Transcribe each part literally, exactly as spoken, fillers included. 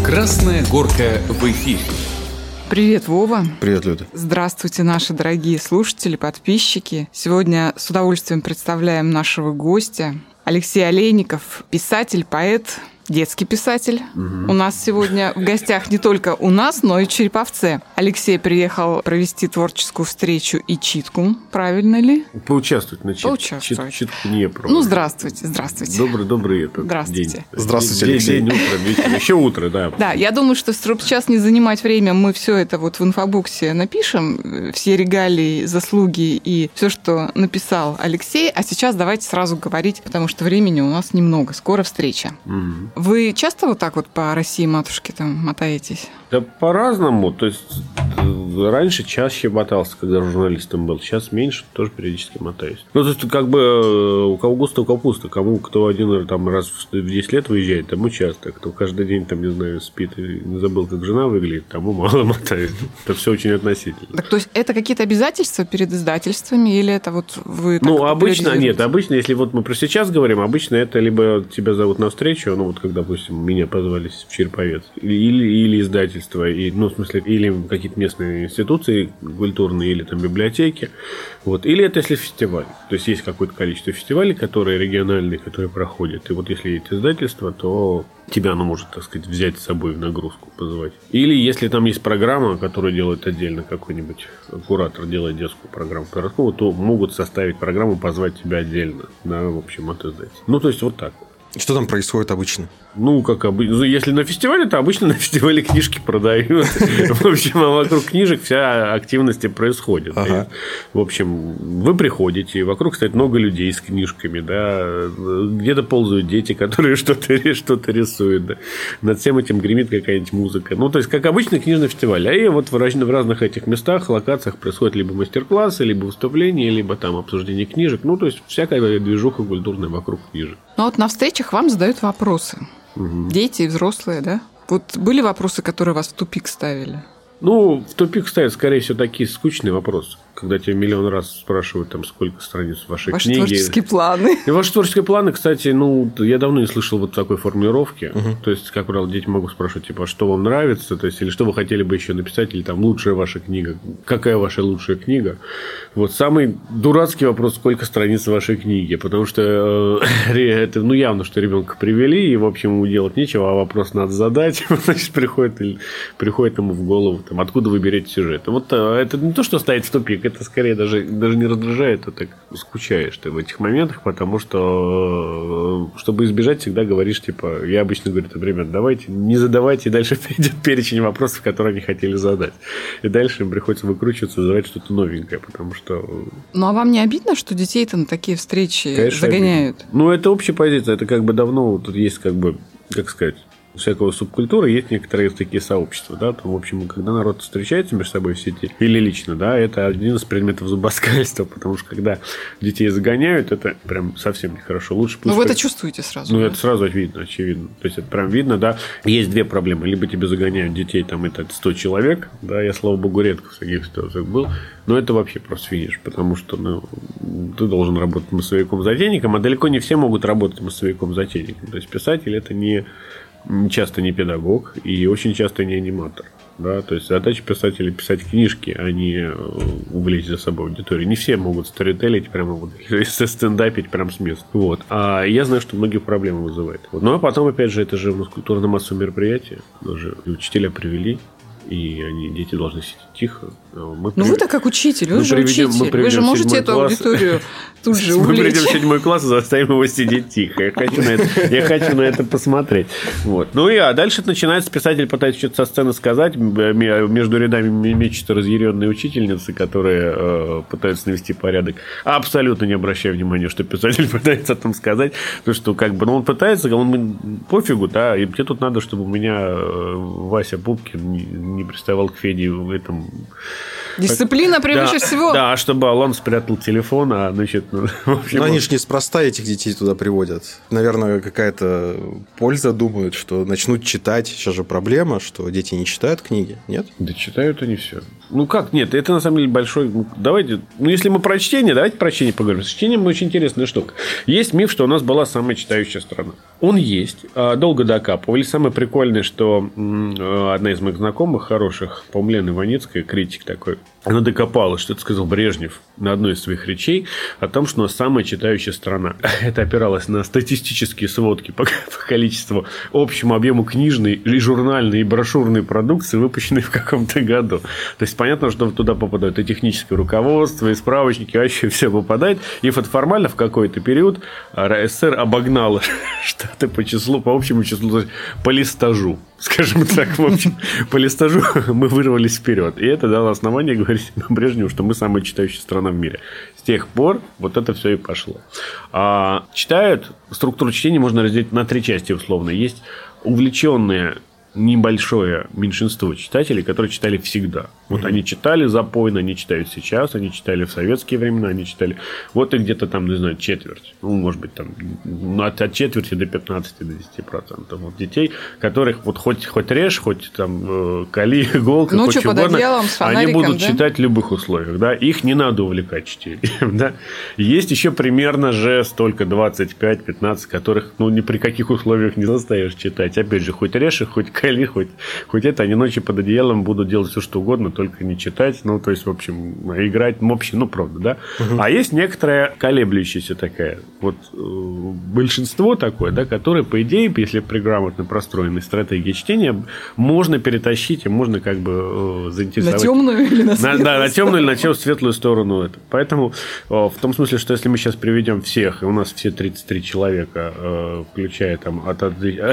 Красная горка в эфире. Привет, Вова. Привет, Люда. Здравствуйте, наши дорогие слушатели, подписчики. Сегодня с удовольствием представляем нашего гостя. Алексей Олейников, писатель, поэт, детский писатель. Угу. У нас сегодня в гостях не только у нас, но и в Череповце. Алексей приехал провести творческую встречу и читку. Правильно ли? Поучаствовать на читке. Поучаствовать. Чит, читку не проводить. Ну, здравствуйте, здравствуйте. Добрый, добрый этот здравствуйте. день. Здравствуйте, день, Алексей. День, утро, вечер. Еще утро, да. Да, я думаю, что чтобы сейчас не занимать время, мы все это вот в инфобоксе напишем, все регалии, заслуги и все, что написал Алексей. А сейчас давайте сразу говорить, потому что времени у нас немного. Скоро встреча. Угу. Вы часто вот так вот по России матушке там мотаетесь? Да по-разному. То есть раньше чаще мотался, когда журналистом был. Сейчас меньше, тоже периодически мотаюсь. Ну, то есть, как бы у кого густо, у кого пусто. Кому кто один там, раз в десять лет выезжает, тому часто. Кто каждый день, там, не знаю, спит и не забыл, как жена выглядит, тому мало мотает. Это все очень относительно. Так, то есть, это какие-то обязательства перед издательствами или это вот вы... Ну, обычно нет. Обычно, если вот мы про сейчас говорим, обычно это либо тебя зовут на встречу, ну, вот как, допустим, меня позвали в Череповец, или, или издательство, и, ну, в смысле, или какие-то местные институции культурные, или там библиотеки. Вот. Или это если фестиваль. То есть, есть какое-то количество фестивалей, которые региональные, которые проходят. И вот если есть издательство, то тебя оно может, так сказать, взять с собой в нагрузку, позвать. Или если там есть программа, которую делает отдельно какой-нибудь куратор, делает детскую программу подростковую, то могут составить программу, позвать тебя отдельно, да, в общем, от издательства. Ну, то есть, вот так. Что там происходит обычно? Ну, как обычно. Если на фестивале, то обычно на фестивале книжки продают. В общем, а вокруг книжек вся активность происходит. Ага. В общем, вы приходите, вокруг стоит много людей с книжками, да, где-то ползают дети, которые что-то, что-то рисуют, да. Над всем этим гремит какая-нибудь музыка. Ну, то есть, как обычный книжный фестиваль. А и вот в разных этих местах, локациях происходят либо мастер-классы, либо выступления, либо там обсуждение книжек. Ну, то есть, всякая движуха культурная вокруг книжек. Ну, вот на встречах вам задают вопросы. Угу. Дети и взрослые, да? Вот были вопросы, которые вас в тупик ставили? Ну, в тупик ставят, скорее всего, такие скучные вопросы. Когда тебя миллион раз спрашивают, там, сколько страниц в вашей ваши книге. Ваши творческие планы. И ваши творческие планы, кстати, ну, я давно не слышал вот такой формулировки. Угу. То есть, как правило, дети могут спрашивать, типа, что вам нравится, то есть, или что вы хотели бы еще написать, или там, лучшая ваша книга, какая ваша лучшая книга. Вот самый дурацкий вопрос, сколько страниц в вашей книге, потому что э, это, ну, явно, что ребенка привели, и, в общем, ему делать нечего, а вопрос надо задать, значит, приходит, или, приходит ему в голову, там, откуда вы берете сюжет. Вот это не то, что ставит в тупик, это скорее даже, даже не раздражает, а так скучаешь ты в этих моментах, потому что, чтобы избежать, всегда говоришь, типа, я обычно говорю, например, давайте, не задавайте, и дальше идет перечень вопросов, которые они хотели задать. И дальше им приходится выкручиваться, задавать что-то новенькое, потому что... Ну, а вам не обидно, что детей-то на такие встречи Конечно, загоняют? Обидно. Ну, это общая позиция, это как бы давно, тут есть как бы, как сказать... всякого субкультуры есть некоторые такие сообщества, да, там, в общем, когда народ встречается между собой в сети или лично, да, это один из предметов зубоскальства, потому что когда детей загоняют, это прям совсем нехорошо. Лучше пусть... Ну, вы это чувствуете сразу? Ну, да? это сразу видно, очевидно. То есть, это прям видно, да. Есть две проблемы. Либо тебе загоняют детей, там, это сто человек, да, я, слава богу, редко в таких ситуациях был, но это вообще просто финиш, потому что, ну, ты должен работать массовиком-затейником, а далеко не все могут работать массовиком-затейником. То есть, писатель – это не... часто не педагог и очень часто не аниматор. Да? То есть, задача писателя – писать книжки, а не увлечь за собой аудиторию. Не все могут сторителлить, прямо вот, стендапить прям с места. Вот. А я знаю, что многие проблемы вызывает. Вот. Ну, а потом, опять же, это же у нас культурно-массовое мероприятие. Даже учителя привели, и они, дети должны сидеть тихо. Мы ну, вы-то как учитель, вы же приведем, учитель. Вы же можете эту класс. аудиторию тут же увлечь. Мы придем в седьмой класс и заставим его сидеть тихо. Я хочу на это, я хочу на это посмотреть. Вот. Ну и а дальше начинается писатель пытается что-то со сцены сказать. Между рядами мечется разъяренные учительницы, которые э, пытаются навести порядок. Абсолютно не обращая внимания, что писатель пытается о том сказать. Потому что, как бы, ну, он пытается, он пофигу, да, и мне тут надо, чтобы у меня э, Вася Пупкин не, не приставал к Феде в этом... Дисциплина превыше да, всего. Да, чтобы Алан спрятал телефон, а, значит, Но они же неспроста этих детей туда приводят. Наверное, какая-то польза, думают, что начнут читать. Сейчас же проблема, что дети не читают книги, нет? Да читают они все. Ну как, нет, это на самом деле большой... Давайте, ну если мы про чтение, давайте про чтение поговорим. С чтением очень интересная штука. Есть миф, что у нас была самая читающая страна. Он есть. Долго докапывали. Самое прикольное, что одна из моих знакомых, хороших, по-моему, Лена Иваницкая, критик такой, она докопалась, что это сказал Брежнев на одной из своих речей о том, что у нас самая читающая страна. Это опиралось на статистические сводки по, по количеству, общему объему книжной, и журнальной, и брошюрной продукции, выпущенной в каком-то году. То есть, понятно, что туда попадают и техническое руководство, и справочники, вообще все попадает. И вот формально в какой-то период РСФСР обогнала Штаты по числу, по общему числу, по листажу. Скажем так, в общем, по листажу мы вырвались вперед. И это дало основание говорить Брежневу, что мы самая читающая страна в мире. С тех пор вот это все и пошло. А читают, структуру чтения можно разделить на три части условно. Есть увлеченные небольшое меньшинство читателей, которые читали всегда. Вот mm-hmm. они читали запойно, они читают сейчас, они читали в советские времена, они читали... Вот и где-то там, не знаю, четверть. Ну, может быть, там от, от четверти до пятнадцати, до десяти процентов вот детей, которых вот хоть, хоть режь, хоть там кали, иголка, ну, хоть что, угодно, одеялом, они будут да? читать в любых условиях. Да? Их не надо увлекать чтением. Да? Есть еще примерно же столько двадцать пять пятнадцать, которых ну, ни при каких условиях не заставишь читать. Опять же, хоть режь, хоть кали, хоть, хоть это, они ночью под одеялом будут делать все, что угодно, только не читать, ну, то есть, в общем, играть, в общем, ну, правда, да. Угу. А есть некоторая колеблющаяся такая, вот, э, большинство такое, да, которое, по идее, если при грамотно простроенной стратегии чтения, можно перетащить и можно, как бы, э, заинтересовать. На темную или на светлую? На, да, на темную или на светлую сторону. Это. Поэтому, э, в том смысле, что если мы сейчас приведем всех, и у нас все тридцать три человека, э, включая там от, от,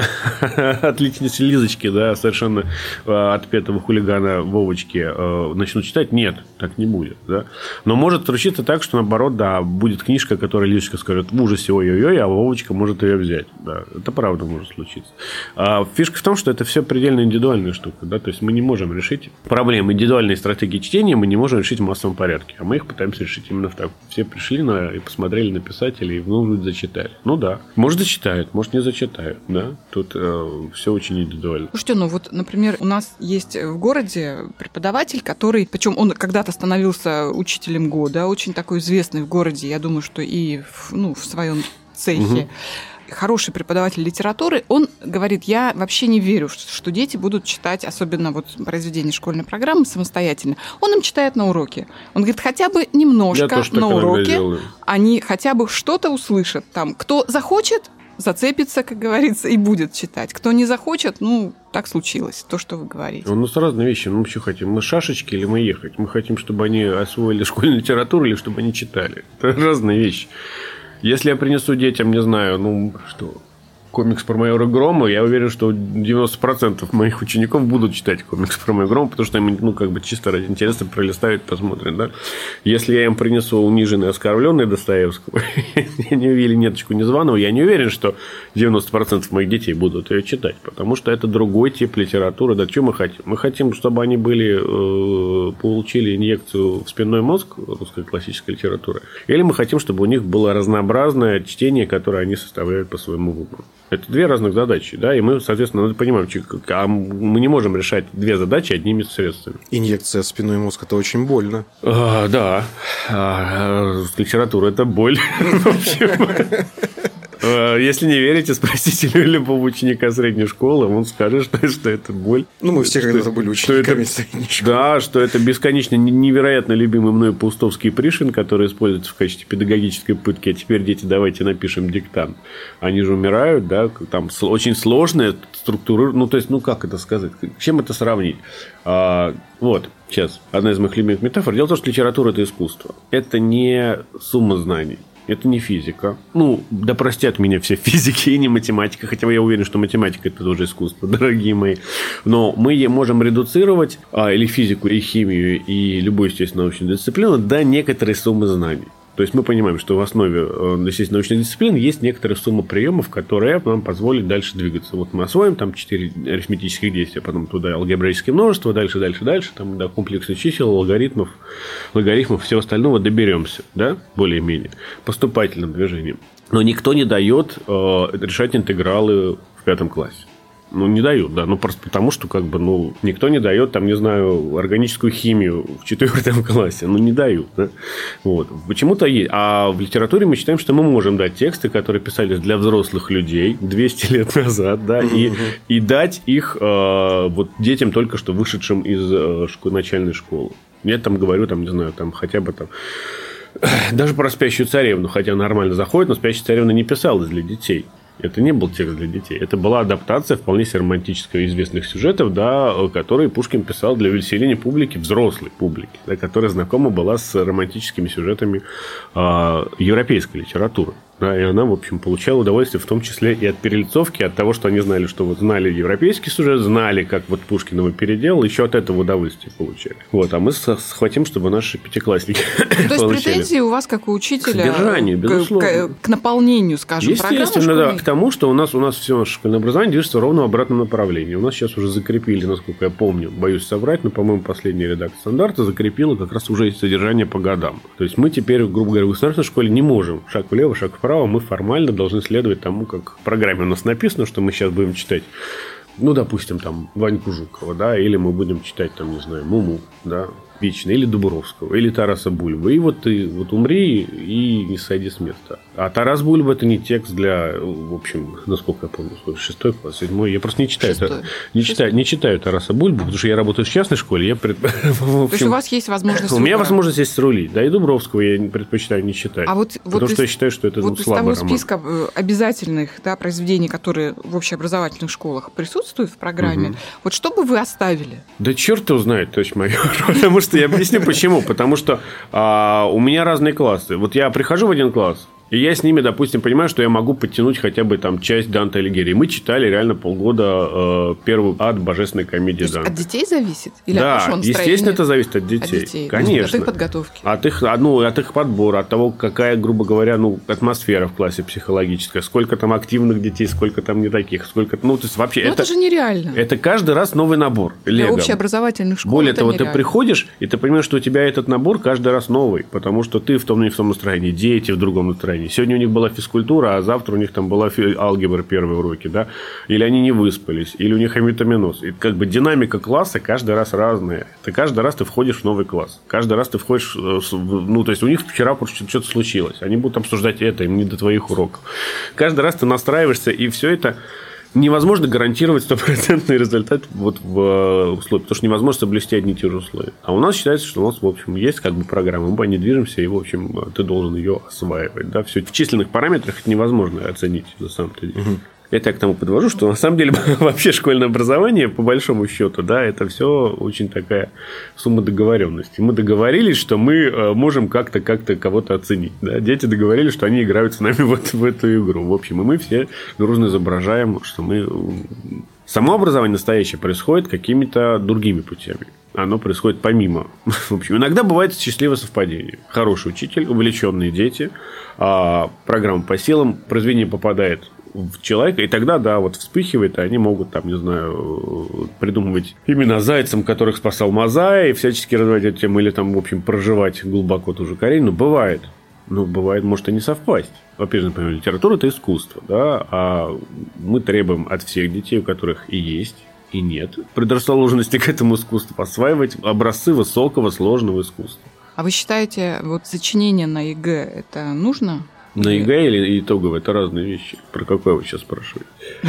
отличницы Лизочки, да, совершенно э, отпетого хулигана Вовочки, э, начнут читать, нет, так не будет. Да? Но может случиться так, что наоборот, да, будет книжка, которая Лизочка скажет в ужасе ой-ой-ой, а Вовочка может ее взять. Да, это правда может случиться. А фишка в том, что это все предельно индивидуальная штука. Да? То есть мы не можем решить проблемы индивидуальной стратегии чтения, мы не можем решить в массовом порядке. А мы их пытаемся решить именно в так. Все пришли на, и посмотрели на писателей, и ну, зачитали. Ну да. Может, зачитают, может, не зачитают. Да? Тут э, все очень индивидуально. Слушайте, ну вот, например, у нас есть в городе преподаватель, который, причем он когда-то становился учителем года, очень такой известный в городе, я думаю, что и в, ну, в своем цехе. Угу. Хороший преподаватель литературы, он говорит, я вообще не верю, что дети будут читать, особенно вот произведения школьной программы самостоятельно. Он им читает на уроке. Он говорит, хотя бы немножко на уроке они хотя бы что-то услышат. Там, кто захочет, зацепится, как говорится, и будет читать. Кто не захочет, ну, так случилось, то, что вы говорите. У нас разные вещи. Мы что хотим? Мы шашечки или мы ехать? Мы хотим, чтобы они освоили школьную литературу или чтобы они читали. Это разные вещи. Если я принесу детям, не знаю, ну, что... комикс про майора Грома, я уверен, что девяносто процентов моих учеников будут читать комикс про майора Грома, потому что им, ну, как бы чисто ради интереса пролистают, посмотрят, да. Если я им принесу униженный, оскорбленный Достоевского или Неточку Незваного, я не уверен, что девяносто процентов моих детей будут ее читать, потому что это другой тип литературы. Да, что мы хотим? Мы хотим, чтобы они были, э, получили инъекцию в спинной мозг русской классической литературы, или мы хотим, чтобы у них было разнообразное чтение, которое они составляют по своему выбору. Это две разных задачи, да, и мы, соответственно, надо понимать, а мы не можем решать две задачи одними средствами. Инъекция в спинной мозг – это очень больно. А, да, а, литература – это боль. Если не верите, спросите любого ученика средней школы, он скажет, что, что это боль. Ну, мы все когда-то были учениками средней школы. Да, что это бесконечно невероятно любимый мной Паустовский Пришвин, который используется в качестве педагогической пытки. А теперь, дети, давайте напишем диктант. Они же умирают, да, там очень сложная структура. Ну, то есть, ну, как это сказать? Чем это сравнить? А, вот, сейчас, одна из моих любимых метафор. Дело в том, что литература – это искусство. Это не сумма знаний. Это не физика. Ну, да простят меня все физики и не математика. Хотя я уверен, что математика – это тоже искусство, дорогие мои. Но мы можем редуцировать а, или физику, и химию, и любую, естественно, научную дисциплину до некоторой суммы знаний. То есть мы понимаем, что в основе, естественно, научной дисциплины есть некоторая сумма приемов, которые нам позволят дальше двигаться. Вот мы освоим там четыре арифметических действия, потом туда алгебраические множества, дальше, дальше, дальше, там до комплексных чисел, логарифмов, логарифмов, всего остального доберемся, да, более-менее, поступательным движением. Но никто не дает э, решать интегралы в пятом классе. Ну, не дают, да. Ну, просто потому, что, как бы, ну, никто не дает, там, не знаю, органическую химию в четвертом классе. Ну, не дают, да. Вот. Почему-то есть. А в литературе мы считаем, что мы можем дать тексты, которые писались для взрослых людей двести лет назад, да, и, и дать их э, вот детям, только что вышедшим из э, школ- начальной школы. Я там говорю, там, не знаю, там, хотя бы там... Даже про «Спящую царевну», хотя нормально заходит, но «Спящая царевна» не писалась для детей. Это не был текст для детей. Это была адаптация вполне себе романтических известных сюжетов, да, которые Пушкин писал для увеселения публики, взрослой публики, да, которая знакома была с романтическими сюжетами э, европейской литературы. Да, и она, в общем, получала удовольствие в том числе и от перелицовки, от того, что они знали, что вот знали европейский сюжет, знали, как вот Пушкин его переделал, еще от этого удовольствие получали. Вот, а мы схватим, чтобы наши пятиклассники получали. То есть претензии у вас, как у учителя, к содержанию, безусловно. К, к наполнению, скажем, программы естественно, да, к тому, что у нас, у нас все наше школьное образование движется ровно в обратном направлении. У нас сейчас уже закрепили, насколько я помню, боюсь соврать, но, по-моему, последняя редакция стандарта закрепила как раз уже содержание по годам. То есть мы теперь, грубо говоря, в государственной школе не можем шаг влево, шаг вправо, мы формально должны следовать тому, как в программе у нас написано, что мы сейчас будем читать, ну, допустим, там, Ваньку Жукова, да, или мы будем читать, там, не знаю, Муму, да, Вечно, или Дубровского, или Тараса Бульбы. И вот ты вот умри и не сойди с места. А Тарас Бульба – это не текст для, в общем, насколько я помню, шестой класс, седьмой. Я просто не читаю, не читаю, не читаю Тараса Бульбу, потому что я работаю в частной школе. Я пред... То есть у вас есть возможность У меня возможность есть срулить. Да, и Дубровского я предпочитаю не читать. А вот, потому вот что из, я считаю, что это вот ну, из слабый того роман. списка обязательных, да, произведений, которые в общеобразовательных школах присутствуют в программе, угу. Вот что бы вы оставили? Да черт его знает, товарищ майор. Потому что я объясню, почему. Потому что а, у меня разные классы. Вот я прихожу в один класс, и я с ними, допустим, понимаю, что я могу подтянуть хотя бы там часть Данте Алигьери. Мы читали реально полгода э, первый ад божественной комедии Данте. От детей зависит? Или да, от вашего настроения? Естественно, это зависит от детей. От детей. Конечно. От их подготовки. От их, ну, от их подбора, от того, какая, грубо говоря, ну, атмосфера в классе психологическая, сколько там активных детей, сколько там не таких, сколько... Ну, то есть вообще... Но это, это же нереально. Это каждый раз новый набор. Для общеобразовательных школ Более это того, нереально. Ты приходишь, и ты понимаешь, что у тебя этот набор каждый раз новый, потому что ты в том или в том настроении, дети в другом настроении. Сегодня у них была физкультура, а завтра у них там была алгебра, первые уроки, да, или они не выспались, или у них амитоминоз. И как бы динамика класса каждый раз разная. Ты каждый раз ты входишь в новый класс. Каждый раз ты входишь, ну, то есть у них вчера что-то случилось. Они будут обсуждать это, им не до твоих уроков. Каждый раз ты настраиваешься, и все это невозможно гарантировать стопроцентный результат вот в условиях, потому что невозможно соблюсти одни и те же условия. А у нас считается, что у нас, в общем, есть как бы программа, мы по ней движемся, и, в общем, ты должен ее осваивать. Да? Все в численных параметрах это невозможно оценить на самом-то деле. Угу. Это я к тому подвожу, что на самом деле вообще школьное образование, по большому счету, да, это все очень такая сумма договоренности. Мы договорились, что мы можем как-то как-то кого-то оценить. Да? Дети договорились, что они играют с нами вот в эту игру. В общем, и мы все дружно изображаем, что мы... Само образование настоящее происходит какими-то другими путями. Оно происходит помимо. В общем, иногда бывает счастливое совпадение. Хороший учитель, увлеченные дети, программа по силам, произведение попадает в человека, и тогда, да, вот вспыхивает, и они могут, там, не знаю, придумывать имена зайцам, которых спасал Мазай, и всячески развивать эту тему, или там, в общем, проживать глубоко ту же Каренину. Бывает. Ну, бывает, может и не совпасть. Во-первых, например, литература – это искусство, да, а мы требуем от всех детей, у которых и есть, и нет предрасположенности к этому искусству, осваивать образцы высокого, сложного искусства. А вы считаете, вот сочинение на ЕГЭ – это нужно? На ЕГЭ или итоговое – это разные вещи. Про какое вы сейчас спрашиваете?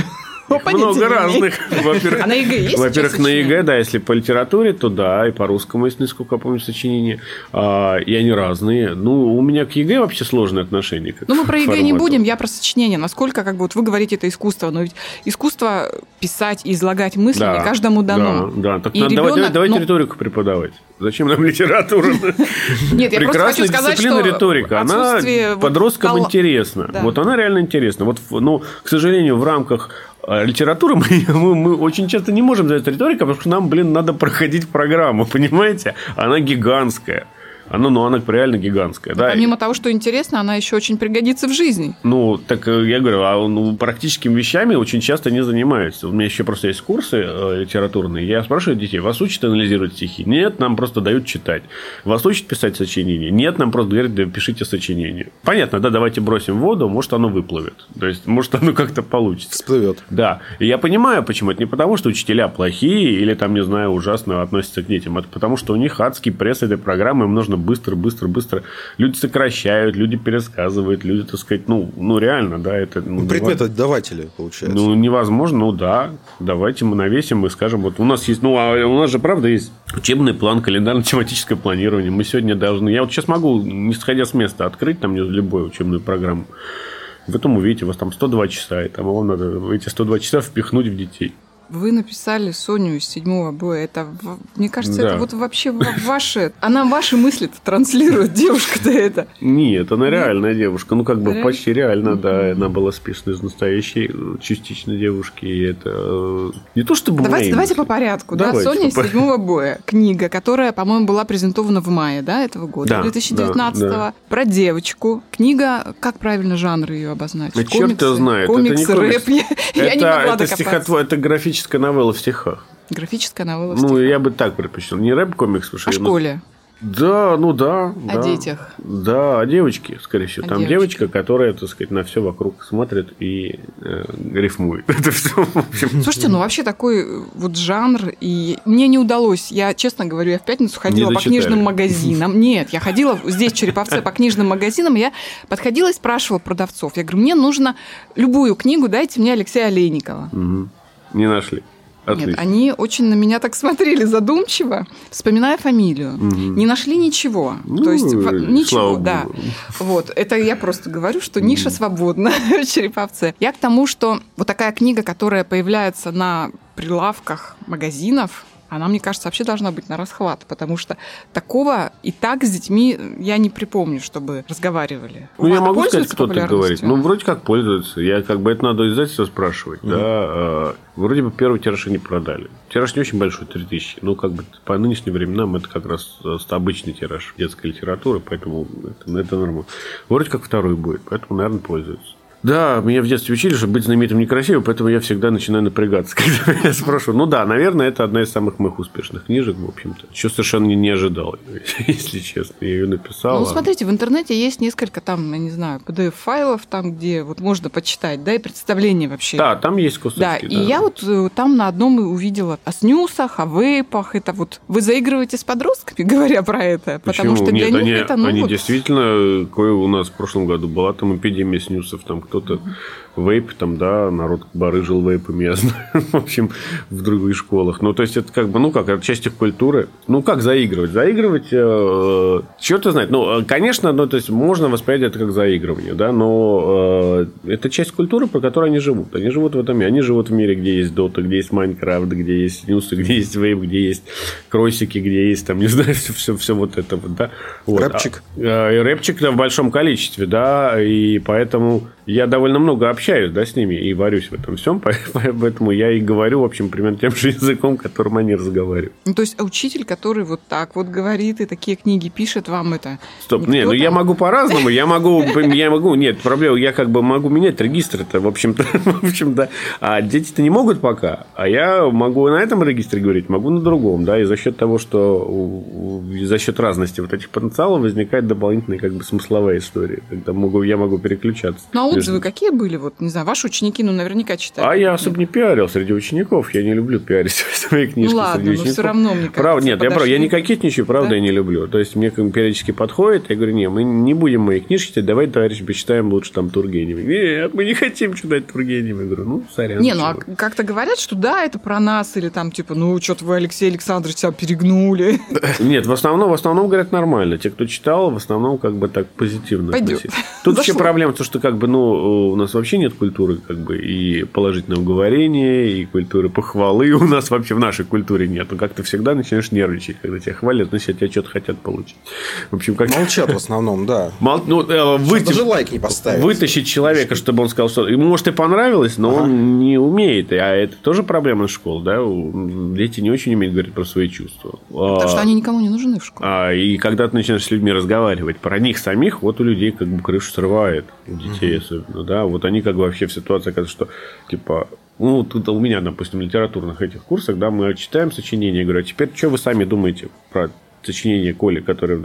Их много разных. Во-первых, а на ЕГЭ есть? Во-первых, на ЕГЭ, да, если по литературе, то да, и по русскому, если насколько я помню, сочинения. А, и они разные. Ну, у меня к ЕГЭ вообще сложное отношение. Ну, мы про ЕГЭ не будем, я про сочинение. Насколько, как бы, вот вы говорите, это искусство, но ведь искусство писать и излагать мысли да, не каждому дано. Да, да. Так надо, ребенок, давайте, давайте ну... риторику преподавать. Зачем нам литература? Нет, я просто хочу сказать, что риторика. Она подросткам интересна. Вот она реально интересна. Вот, ну, к сожалению, в рамках литературы мы, мы, мы очень часто не можем заняться риторикой, потому что нам, блин, надо проходить программу, понимаете? Она гигантская. Она, ну, она реально гигантская. Да? Помимо того, что интересно, она еще очень пригодится в жизни. Ну, так я говорю, а ну, практическими вещами очень часто не занимаются. У меня еще просто есть курсы э, литературные. Я спрашиваю детей, вас учат анализировать стихи? Нет, нам просто дают читать. Вас учат писать сочинения? Нет, нам просто говорят, да, пишите сочинение. Понятно, да, давайте бросим в воду, может, оно выплывет. То есть, может, оно как-то получится. Всплывет. Да. И я понимаю, почему. Это не потому, что учителя плохие или, там, не знаю, ужасно относятся к детям. Это потому, что у них адский пресс этой программы. Им нужно быстро, быстро, быстро. Люди сокращают, люди пересказывают, люди, так сказать, ну, ну реально, да, это... Ну, предметодаватели, получается. Ну, невозможно, ну да. Давайте мы навесим и скажем, вот у нас есть, ну, а у нас же, правда, есть учебный план, календарно-тематическое планирование. Мы сегодня должны... Я вот сейчас могу, не сходя с места, открыть там любую учебную программу. Потом увидите, у вас там сто два часа, и там вам надо эти сто два часа впихнуть в детей. Вы написали Соню из седьмого боя. Это, мне кажется, Да. это вот вообще ваши... Она ваши мысли транслирует, девушка-то это. Нет, она реальная девушка. Ну, как бы Реально? почти реально, да. Она была списана из настоящей частично девушки. И это не то, чтобы Давайте, мои давайте мысли. по порядку. Да? Давайте Соня по из порядку. седьмого боя. Книга, которая, по-моему, была презентована в мае, да, этого года, Да, две тысячи девятнадцатого. да, да. Про девочку. Книга, как правильно жанр ее обозначить? Да черт его знает. Комиксы, это не комикс. рэп. Я, я не Это, могла это, докопаться. стихотвор... это графическая новелла в стихах. Графическая новелла в Ну, стихах. я бы так предпочел. Не рэп-комикс. потому что О я- школе, Да, ну да. о да. детях. Да, о девочке, скорее всего. О Там девочке. девочка, которая, так сказать, на все вокруг смотрит и э, рифмует. Это все, в общем. Слушайте, ну вообще такой э, вот жанр, и мне не удалось, я честно говорю, я в пятницу ходила Не по дочитали. книжным магазинам. Нет, я ходила здесь, в Череповце, по книжным магазинам, я подходила и спрашивала продавцов. Я говорю, мне нужно любую книгу, дайте мне Алексея Олейникова. Мгм. Не нашли. Отлично. Нет, они очень на меня так смотрели задумчиво, вспоминая фамилию. Не нашли ничего. Ну, То есть, слава в- ничего, да. богу. Вот, это я просто говорю, что ниша свободна в Череповце. Я к тому, что вот такая книга, которая появляется на прилавках магазинов, она, мне кажется, вообще должна быть на расхват, потому что такого и так с детьми я не припомню, чтобы разговаривали. Ну, я Она могу сказать, пользуется кто так говорит. популярностью? Ну, вроде как пользуются. Я как бы это надо у издательства спрашивать. Да, э, вроде бы первый тираж они продали. Тираж не очень большой, три тысячи. Ну, как бы по нынешним временам это как раз э, обычный тираж детской литературы, поэтому это, это нормально. Вроде как второй будет, поэтому, наверное, пользуются. Да, меня в детстве учили, что быть знаменитым некрасиво, поэтому я всегда начинаю напрягаться, когда я спрашиваю. Ну да, наверное, это одна из самых моих успешных книжек, в общем-то. Чего совершенно не ожидал, если честно. Я ее написал. Ну, смотрите, в интернете есть несколько там, я не знаю, пи ди эф-файлов, там, где вот можно почитать, да, и представление вообще. Да, там есть кусочки. Да, и я вот э, там на одном и увидела о снюсах, о вейпах. Это вот вы заигрываете с подростками, говоря про это, потому Почему? что для Нет, них они, это ну они вот... действительно, кое у нас в прошлом году была там эпидемия снюсов, там кто-то вейп, там, да, народ барыжил вейпами, я знаю, в общем, в других школах. Ну, то есть, это как бы, ну, как, это часть их культуры. Ну, как заигрывать? Заигрывать, э, черт знает. Ну, конечно, ну, то есть, можно воспринять это как заигрывание, да, но э, это часть культуры, по которой они живут. Они живут в этом мире. Они живут в мире, где есть Дота, где есть Майнкрафт, где есть снюсы, где есть вейп, где есть кросики, где есть, там, не знаю, все, все, все вот это вот, да. Вот. Рэпчик. А, и рэпчик в большом количестве, да, и поэтому я довольно много общаюсь, да, с ними и варюсь в этом всем, поэтому я и говорю, в общем, примерно тем же языком, которым они разговаривают. Ну, то есть учитель, который вот так вот говорит и такие книги пишет, вам это... Стоп, не нет, ну я могу по-разному, я могу, я могу, нет, проблема, я как бы могу менять регистр-то, в общем-то, в общем-то, а дети-то не могут пока, а я могу на этом регистре говорить, могу на другом, да, и за счет того, что за счет разности вот этих потенциалов возникает дополнительная как бы смысловая история, когда могу, я могу переключаться. Ну, а отзывы какие были? Вот, не знаю, ваши ученики, ну, наверняка читали. А я особо не пиарил среди учеников. Я не люблю пиарить свои книжки Ну, ладно, среди но учеников. все равно, мне кажется, Правда, нет, я, прав, я не подошли. кокетничаю, правда, Да? я не люблю. То есть, мне как бы периодически подходит, я говорю, не, мы не будем мои книжки читать, давай, товарищи, почитаем лучше там Тургенева. Нет, мы не хотим читать Тургенева. Я говорю, ну, сорян. Не, ну а чего. как-то говорят, что да, это про нас, или там типа, ну, что-то вы, Алексей Александрович, себя перегнули. Нет, в основном, в основном говорят нормально. Те, кто читал, в основном как бы так позитивно Пойдёт. относились. Тут Зашло. еще проблема, то, что как бы, ну, у нас вообще нет нет культуры как бы и положительного говорения, и культуры похвалы. У нас вообще в нашей культуре нет. Ну, как-то всегда начинаешь нервничать, когда тебя хвалят, значит, от тебя что-то хотят получить. В общем, как... Молчат в основном, да. Мол... Ну, э, выйти... Даже лайк не поставить. Вытащить человека, чтобы он сказал, что ему, может, и понравилось, но ага. он не умеет. А это тоже проблема школ, да? Дети не очень умеют говорить про свои чувства. Потому что они никому не нужны в школе. А, и когда ты начинаешь с людьми разговаривать про них самих, вот у людей как бы крышу срывает. У детей uh-huh. особенно, да. Вот они как бы вообще в ситуации оказываются, что типа... Ну, тут у меня, допустим, в литературных этих курсах, да, мы читаем сочинения, говорю, а теперь что вы сами думаете про сочинение Коли, которое...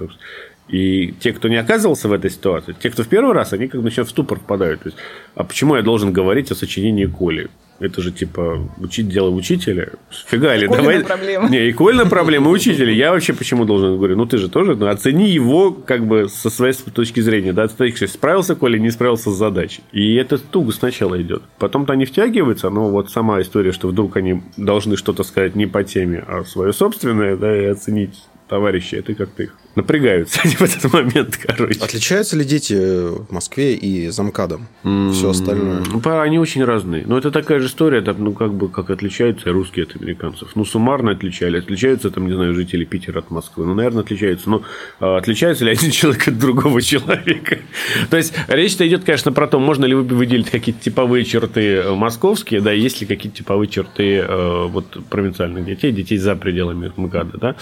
И те, кто не оказывался в этой ситуации, те, кто в первый раз, они как бы начинают в ступор впадают. То есть, а почему я должен говорить о сочинении Коли? Это же, типа, учить дело учителя. Фига ли, давай... проблема. Не, и Кольна проблема учителя. Я вообще почему должен говорить? Ну, ты же тоже, ну, оцени его, как бы, со своей точки зрения, да, ты справился Коля, не справился с задачей. И это туго сначала идет. Потом-то они втягиваются, но вот сама история, что вдруг они должны что-то сказать не по теме, а свое собственное, да, и оценить товарищи, это как-то их напрягаются в этот момент, короче. Отличаются ли дети в Москве и за МКАДом? Mm-hmm. Все остальное? Они очень разные. Но это такая же история, ну, как бы, как отличаются русские от американцев. Ну, суммарно отличали. Отличаются, там, не знаю, жители Питера от Москвы. Ну, наверное, отличаются. Но а, отличается ли один человек от другого человека? То есть, речь-то идет, конечно, про то, можно ли выделить какие-то типовые черты московские, да, есть ли какие-то типовые черты э, вот, провинциальных детей, детей за пределами МКАДа, да.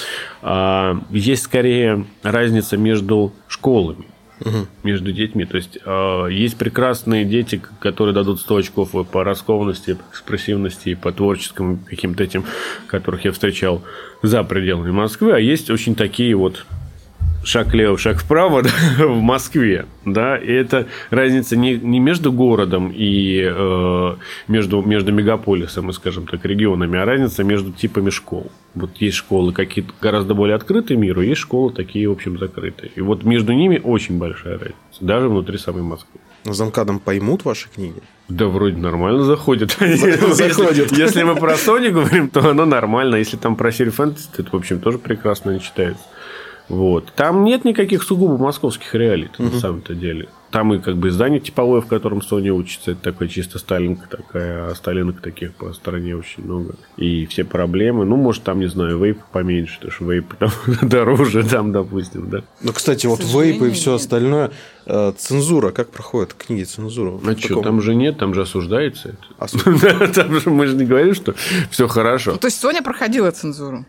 А, есть, скорее, разница между школами, угу. между детьми. То есть, э, есть прекрасные дети, которые дадут сто очков по раскованности, по экспрессивности, по творческим каким-то этим, которых я встречал за пределами Москвы. А есть очень такие вот шаг влево, шаг вправо, да, в Москве. Да, и это разница не, не между городом и э, между, между мегаполисом и, скажем так, регионами, а разница между типами школ. Вот есть школы какие-то гораздо более открытые миру, есть школы такие, в общем, закрытые. И вот между ними очень большая разница, даже внутри самой Москвы. Но за МКАДом поймут ваши книги? Да, вроде нормально заходят. Заходят. Если мы про Sony говорим, то оно нормально. Если там про Сири Фэнтези, то это, в общем, тоже прекрасно не читается. Вот. Там нет никаких сугубо московских реалий, угу. на самом-то деле. Там и как бы издание типовое, в котором Sony учится, это такая чисто сталинка такая, а сталинок таких по стране очень много. И все проблемы, ну, может, там, не знаю, вейп поменьше, потому что вейп там дороже, там, допустим, да. Ну, кстати, вот вейп и все остальное, цензура, как проходит книги цензуру? А что, там же нет, там же осуждается это. Там же мы же не говорим, что все хорошо. То есть Соня проходила цензуру?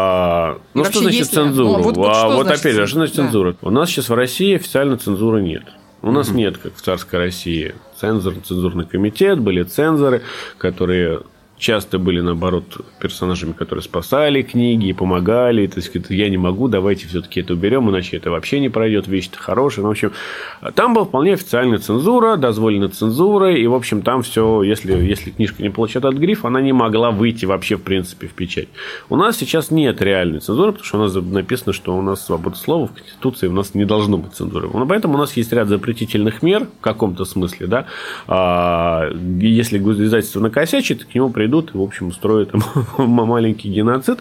Ну, что значит цензуру? Вот опять же, что значит цензура? У нас сейчас в России официально цензуры нет. У нас mm-hmm. нет, как в царской России, цензор, цензурный комитет, были цензоры, которые часто были, наоборот, персонажами, которые спасали книги и помогали. То есть, я не могу, давайте все-таки это уберем, иначе это вообще не пройдет, вещь-то хорошая. Ну, в общем, там была вполне официальная цензура, дозволена цензура, и, в общем, там все, если, если книжка не получает от грифа, она не могла выйти вообще, в принципе, в печать. У нас сейчас нет реальной цензуры, потому что у нас написано, что у нас свобода слова в Конституции, у нас не должно быть цензуры. Поэтому у нас есть ряд запретительных мер в каком-то смысле, да. А если издательство накосячит, к нему придут идут и, в общем, устроят там маленький геноцид.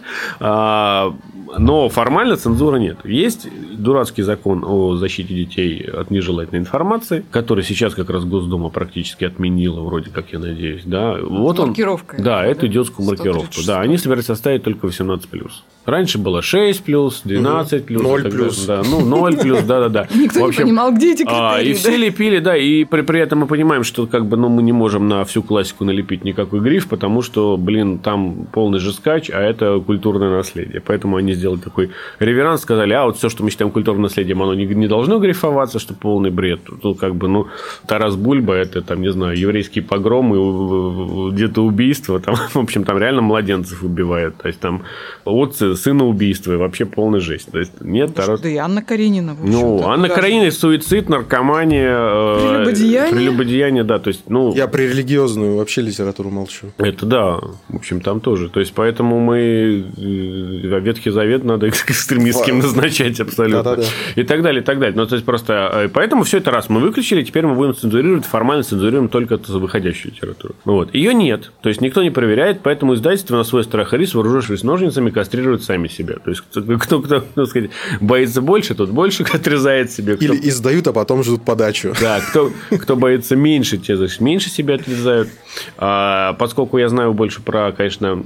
Но формально цензуры нет. Есть дурацкий закон о защите детей от нежелательной информации, который сейчас как раз Госдума практически отменила, вроде как, я надеюсь. Да, вот он, маркировка. Да, эту идиотскую маркировку. Да, они собираются оставить только восемнадцать плюс. Раньше было шесть плюс, двенадцать плюс. ноль плюс. Да, ну, ноль плюс, да-да-да. Никто не понимал, где эти критерии. И все лепили, да, и при, при этом мы понимаем, что как бы, ну, мы не можем на всю классику налепить никакой гриф, потому что, блин, там полный же скач, а это культурное наследие. Поэтому они сделали такой реверанс, сказали, а вот все, что мы считаем культурным наследием, оно не, не должно грифоваться, что полный бред. Тут как бы, ну, Тарас Бульба, это, там, не знаю, еврейские погромы, где-то убийства, там, в общем, там реально младенцев убивают, то есть там отцы, сына убийства, и вообще полная жесть. То есть нет Тарас... Да и Анна Каренина, в Ну, Анна Каренина, суицид, наркомания, прелюбодеяние. Прелюбодеяние, да, то есть, ну... Я про религиозную вообще литературу молчу. Это да, в общем, там тоже. То есть, поэтому мы Ветхий Завет надо экстремистским назначать абсолютно. Да, да, да. И так далее, и так далее. Ну, то есть, просто... Поэтому все это раз мы выключили, теперь мы будем цензурировать, формально цензурируем только выходящую литературу. Вот. Ее нет. То есть, никто не проверяет, поэтому издательство на свой страх и риск, вооружившись ножницами, кастрирует сами себя. То есть, кто, кто, кто так сказать, боится больше, тот больше отрезает себе. Кто... Или издают, а потом ждут подачу. Да, кто, кто боится меньше, те, значит, меньше себя отрезают. А, поскольку я знаю больше про, конечно,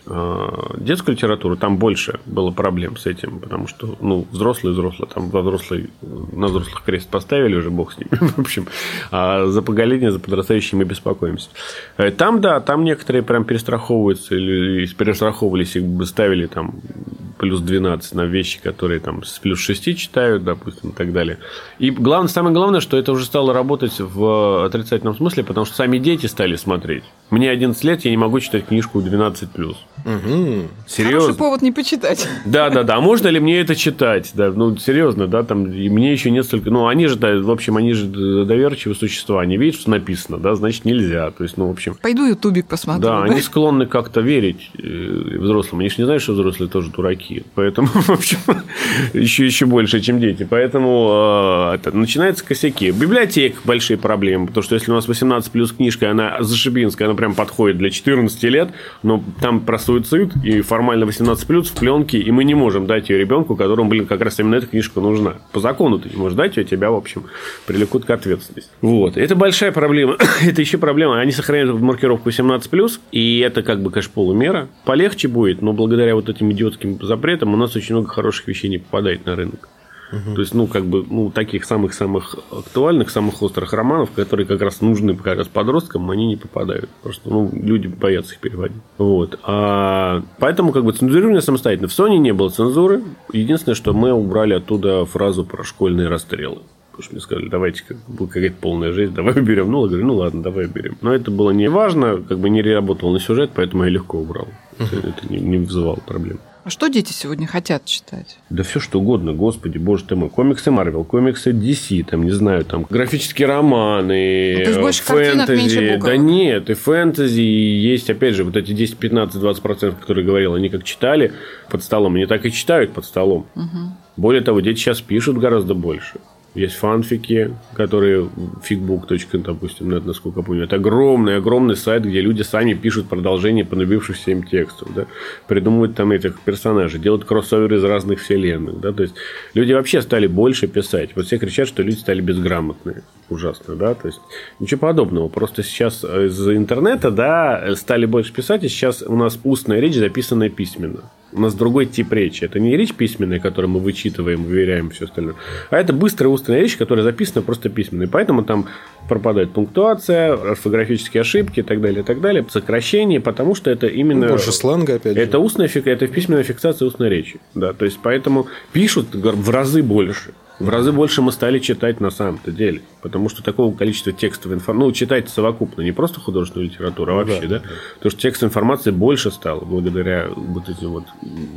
детскую литературу, там больше было проблем с этим, потому что, ну, взрослые, взрослые, там во взрослые, на взрослых крест поставили уже, бог с ними, в общем, а за поколение, за подрастающие мы беспокоимся. Там, да, там некоторые прям перестраховываются, или перестраховывались и ставили там плюс двенадцать на вещи, которые там с плюс шести читают, допустим, и так далее. И главное, самое главное, что это уже стало работать в отрицательном смысле, потому что сами дети стали смотреть. Мне одиннадцать лет, я не могу читать книжку двенадцать плюс. Угу. Серьезно? Хороший повод не почитать. Да, да, да. А можно ли мне это читать? Да, ну, серьезно, да, там, и мне еще нет столько... Ну, они же, да, в общем, они же доверчивые существа. Они видят, что написано, да, значит, нельзя. То есть, ну, в общем... Пойду ютубик посмотрю. Да, да? Они склонны как-то верить взрослым. Они же не знают, что взрослые тоже дураки. Поэтому, в общем, еще, еще больше, чем дети. Поэтому это, начинаются косяки. В библиотеках большие проблемы. Потому что если у нас восемнадцать плюс книжка, она зашибинская, она прям подходит для четырнадцати лет, но там про суицид и формально восемнадцать плюс в пленке, и мы не можем дать ее ребенку, которому, блин, как раз именно эта книжка нужна. По закону ты не можешь дать ее, тебя, в общем, привлекут к ответственности. Вот. Это большая проблема. Это еще проблема. Они сохраняют маркировку восемнадцать плюс, и это, как бы, конечно, полумера. Полегче будет, но благодаря вот этим идиотским запретам у нас очень много хороших вещей не попадает на рынок. Угу. То есть, ну, как бы, ну, таких самых-самых актуальных, самых острых романов, которые как раз нужны как раз подросткам, они не попадают. Просто, ну, люди боятся их переводить. Вот. А поэтому, как бы, цензурирование самостоятельно. В Sony не было цензуры. Единственное, что мы убрали оттуда фразу про школьные расстрелы. Потому что мне сказали, давайте, как бы, какая-то полная жизнь, давай уберем. Ну, я говорю, ну, ладно, давай уберем. Но это было не важно, как бы не работало на сюжет, поэтому я легко убрал. Угу. Это не, не вызывало проблем. А что дети сегодня хотят читать? Да все что угодно, господи, боже ты мой. Комиксы Марвел, комиксы ди си, там, не знаю, там, графические романы, ну, то есть больше фэнтези. Меньше буквок. Да нет, и фэнтези, и есть, опять же, вот эти десять, пятнадцать, двадцать процентов, которые говорил, они как читали под столом, они так и читают под столом. Угу. Более того, дети сейчас пишут гораздо больше. Есть фанфики, которые фигбук точка, допустим, нет, насколько я помню. Это огромный-огромный сайт, где люди сами пишут продолжение понравившихся им текстов. Да? Придумывают там этих персонажей, делают кроссоверы из разных вселенных. Да? То есть, люди вообще стали больше писать. Вот все кричат, что люди стали безграмотные. Ужасно, да? То есть, ничего подобного. Просто сейчас из интернета, да, стали больше писать, и сейчас у нас устная речь, записанная письменно. У нас другой тип речи. Это не речь письменная, которую мы вычитываем, выверяем, все остальное. А это быстрая устная речь, которая записана просто письменно. И поэтому там пропадает пунктуация, орфографические ошибки и так далее, и так далее. Сокращение, потому что это именно... Больше сленга, опять же. Это устная, это письменная фиксация устной речи. Да, то есть, поэтому пишут в разы больше. В разы больше мы стали читать на самом-то деле. Потому что такого количества текстов информации... Ну, читать совокупно, не просто художественную литературу, а вообще, да? да? Потому что текст информации больше стало благодаря вот этим вот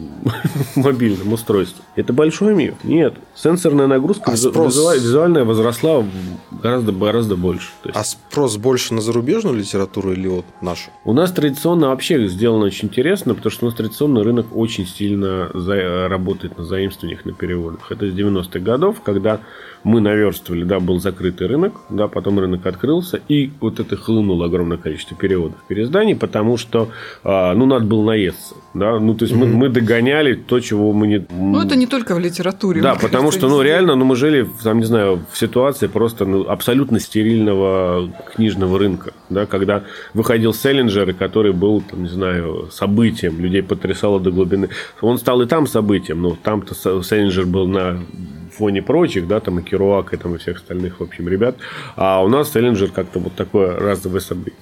мобильным устройствам. Это большой миф? Нет. Сенсорная нагрузка, а спрос... визуальная возросла гораздо, гораздо больше. Есть... А спрос больше на зарубежную литературу или вот нашу? У нас традиционно вообще сделано очень интересно, потому что у нас традиционно рынок очень сильно за... работает на заимствованиях, на переводах. Это с девяностых годов, когда мы наверстывали, да, был закрытый рынок, да, потом рынок открылся, и вот это хлынуло огромное количество переводов, переизданий, потому что, а, ну, надо было наесться, да, ну, то есть, mm-hmm. мы, мы догоняли то, чего мы не... Ну, это не только в литературе. Да, потому кажется, что, ну, реально, ну, мы жили, там, не знаю, в ситуации просто ну, абсолютно стерильного книжного рынка, да, когда выходил Селлинджер, который был, там, не знаю, событием, людей потрясало до глубины. Он стал и там событием, но там-то Селлинджер был на... фоне прочих, да, там и Керуака, и, там, и всех остальных, в общем, ребят. А у нас Селлинджер как-то вот такое разовое событие.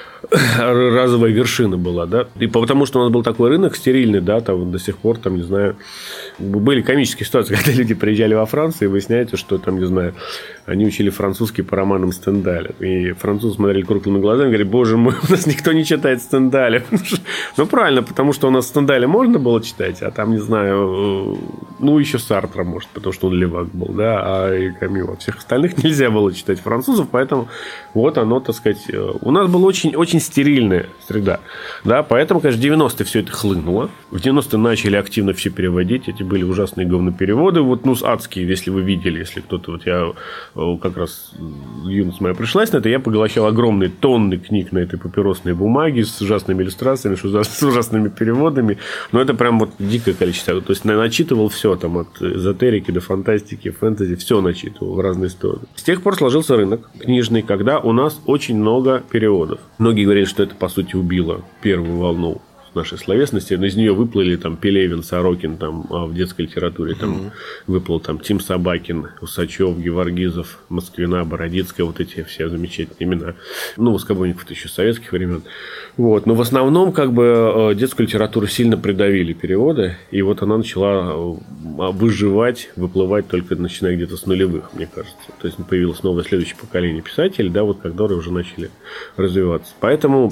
Разовая вершина была, да, и потому что у нас был такой рынок стерильный, да, там до сих пор, там, не знаю, были комические ситуации, когда люди приезжали во Францию, и выясняется, что там, не знаю, они учили французский по романам Стендаля, и французы смотрели круглыми глазами, говорили, боже мой, у нас никто не читает Стендаля. Ну, правильно, потому что у нас Стендаля можно было читать, а там, не знаю, ну, еще Сартра, может, потому что он левак был, да, а и Камю, а всех остальных нельзя было читать французов, поэтому вот оно, так сказать, у нас был очень, очень очень стерильная среда. Да, поэтому, конечно, в девяностые все это хлынуло. В девяностые начали активно все переводить. Эти были ужасные говнопереводы. Вот, ну, адские, если вы видели, если кто-то... Вот я как раз... Юность моя пришлась на это, я поглощал огромные тонны книг на этой папиросной бумаге с ужасными иллюстрациями, с ужасными переводами. Но это прям вот дикое количество. То есть, начитывал все там от эзотерики до фантастики, фэнтези. Все начитывал в разные стороны. С тех пор сложился рынок книжный, когда у нас очень много переводов. Многие говорят, что это, по сути, убило первую волну нашей словесности, но из нее выплыли там Пелевин, Сорокин, там в детской литературе там mm-hmm. выплыл там Тим Собакин, Усачев, Геворгизов, Москвина, Бородицкая, вот эти все замечательные имена. Ну, Воскобойников еще с советских времен. Вот. Но в основном как бы детскую литературу сильно придавили переводы, и вот она начала выживать, выплывать только начиная где-то с нулевых, мне кажется. То есть появилось новое следующее поколение писателей, да, вот которые уже начали развиваться. Поэтому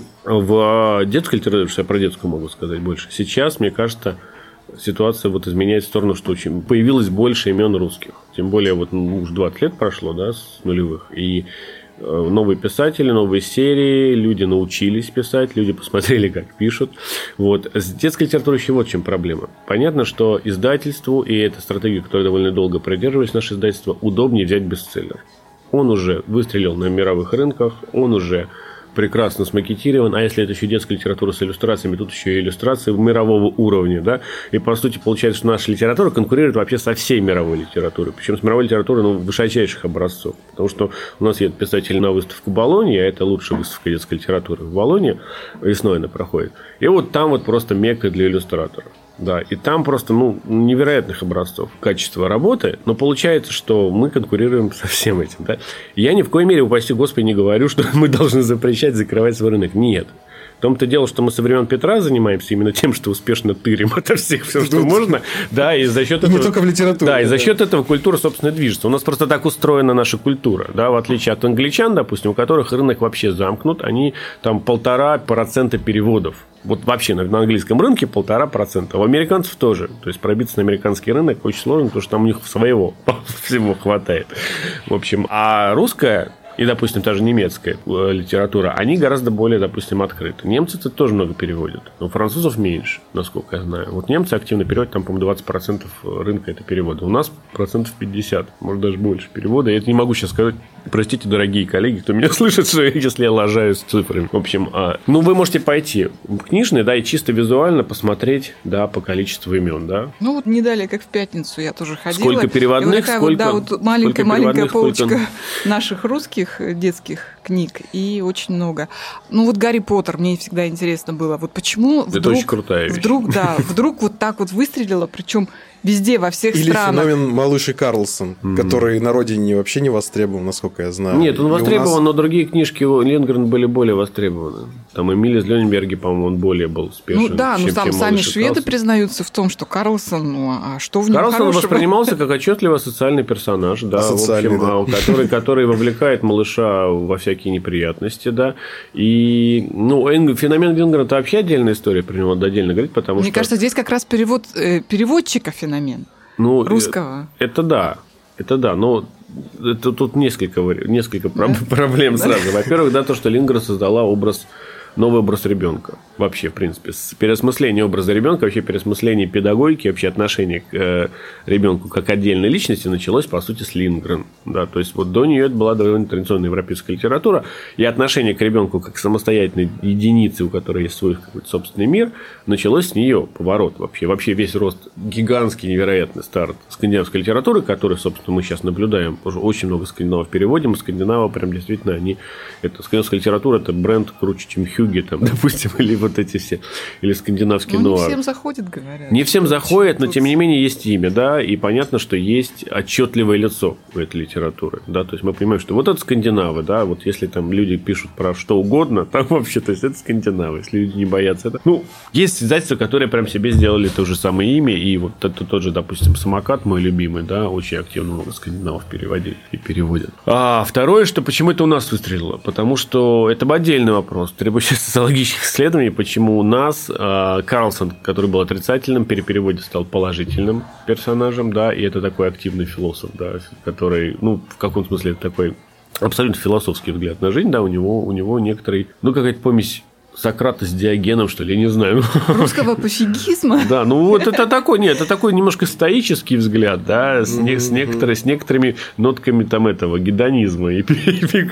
в детской литературе, что я про детскую могу сказать больше, сейчас, мне кажется, ситуация вот изменяется в сторону, что очень появилось больше имен русских. Тем более, вот ну, уже двадцать лет прошло, да, с нулевых. И новые писатели, новые серии, люди научились писать, люди посмотрели, как пишут. Вот. С детской литературой еще вот в чем проблема. Понятно, что издательству, и это стратегия, которой довольно долго придерживались наше издательство, удобнее взять бестселлер. Он уже выстрелил на мировых рынках, он уже прекрасно смакетирован, а если это еще детская литература с иллюстрациями, тут еще и иллюстрации мирового уровня, да, и по сути получается, что наша литература конкурирует вообще со всей мировой литературой, причем с мировой литературой, ну, высочайших образцов, потому что у нас едет писатель на выставку Болоньи, а это лучшая выставка детской литературы в Болонье, весной она проходит, и вот там вот просто мекка для иллюстраторов. Да, и там просто ну, невероятных образцов качества работы, но получается, что мы конкурируем со всем этим. Да? Я ни в коей мере, упаси Господи, не говорю, что мы должны запрещать, закрывать свой рынок. Нет. В том-то дело, что мы со времен Петра занимаемся именно тем, что успешно тырим ото всех все, что можно. Да, и за счет этого... Не только в литературе. Да, и за счет этого культура, собственно, движется. У нас просто так устроена наша культура. Да, в отличие от англичан, допустим, у которых рынок вообще замкнут, они там полтора процента переводов. Вот вообще на английском рынке полтора процента. У американцев тоже. То есть пробиться на американский рынок очень сложно, потому что там у них своего всего хватает. В общем, а русская и, допустим, та же немецкая литература, они гораздо более, допустим, открыты. Немцы-то тоже много переводят, но французов меньше, насколько я знаю. Вот немцы активно переводят, там, по-моему, двадцать процентов рынка это переводы. У нас процентов пятьдесят, может, даже больше перевода. Я это не могу сейчас сказать. Простите, дорогие коллеги, кто меня слышит, что если я лажаю с цифрами. В общем, а, ну, вы можете пойти в книжный, да, и чисто визуально посмотреть, да, по количеству имен, да. Ну, вот не далее, как в пятницу я тоже ходила. Сколько переводных, вот такая сколько... Вот, да, вот маленькая-маленькая полочка сколько... наших русских детских книг, и очень много. Ну, вот Гарри Поттер, мне всегда интересно было, вот почему это вдруг... очень крутая вещь. Вдруг, да, вдруг вот так вот выстрелило, причем везде, во всех Или странах. Или феномен Малыш и Карлсон, mm-hmm. который на родине вообще не востребован, насколько я знаю. Нет, он и востребован, нас... но другие книжки Линдгрен были более востребованы. Там Эмиль из Лёнинберги, по-моему, он более был успешен. Ну да, но сам, сами шведы признаются в том, что Карлсон, ну а что в нем Карлсон хорошего? воспринимался как отчетливо социальный персонаж, да, Социальный, в общем, да. который, который вовлекает малыша во всякие неприятности, да. И, ну, феномен Линдгрена – это вообще отдельная история, про него надо отдельно говорить, потому Мне что... Мне кажется, здесь как раз перевод э, переводчика феномен. Ну, русского. Это да, это да, но это, тут несколько, несколько да? проблем сразу. Во-первых, да, то, что Линдгрен создала образ, новый образ ребенка. Вообще, в принципе, переосмысление образа ребенка, вообще переосмысление педагогики, вообще отношение к э, ребенку как отдельной личности началось, по сути, с Линдгрен. Да, то есть, вот до нее это была довольно традиционная европейская литература, и отношение к ребенку как к самостоятельной единице, у которой есть свой какой-то собственный мир, началось с нее поворот вообще. Вообще весь рост гигантский, невероятный старт скандинавской литературы, который, собственно, мы сейчас наблюдаем. Уже очень много скандинавов переводим, и скандинавы прям действительно они... Это, скандинавская литература – это бренд круче, чем Хьюги, там, допустим, или вот эти все, или скандинавский ну, нуар. Не всем заходит, говорят. Не всем заходит, но тем не менее есть имя, да, и понятно, что есть отчетливое лицо у этой литературы, да, то есть мы понимаем, что вот это скандинавы, да, вот если там люди пишут про что угодно, там вообще, то есть это скандинавы, если люди не боятся это. Ну, есть издательства, которые прям себе сделали то же самое имя, и вот это тот же, допустим, «Самокат», мой любимый, да, очень активно много скандинавов переводили и переводят. А второе, что почему это у нас выстрелило, потому что это отдельный вопрос, требующий социологических исследований, почему у нас э, Карлсон, который был отрицательным, при переводе стал положительным персонажем, да, и это такой активный философ, да, который, ну, в каком смысле это такой абсолютно философский взгляд на жизнь, да, у него, у него некоторый, ну, какая-то помесь Сократа с Диогеном, что ли, я не знаю. Русского пофигизма? Да, ну вот это такой, нет, это такой немножко стоический взгляд, да, с, не, с, некоторой, с некоторыми нотками там этого гедонизма. И, то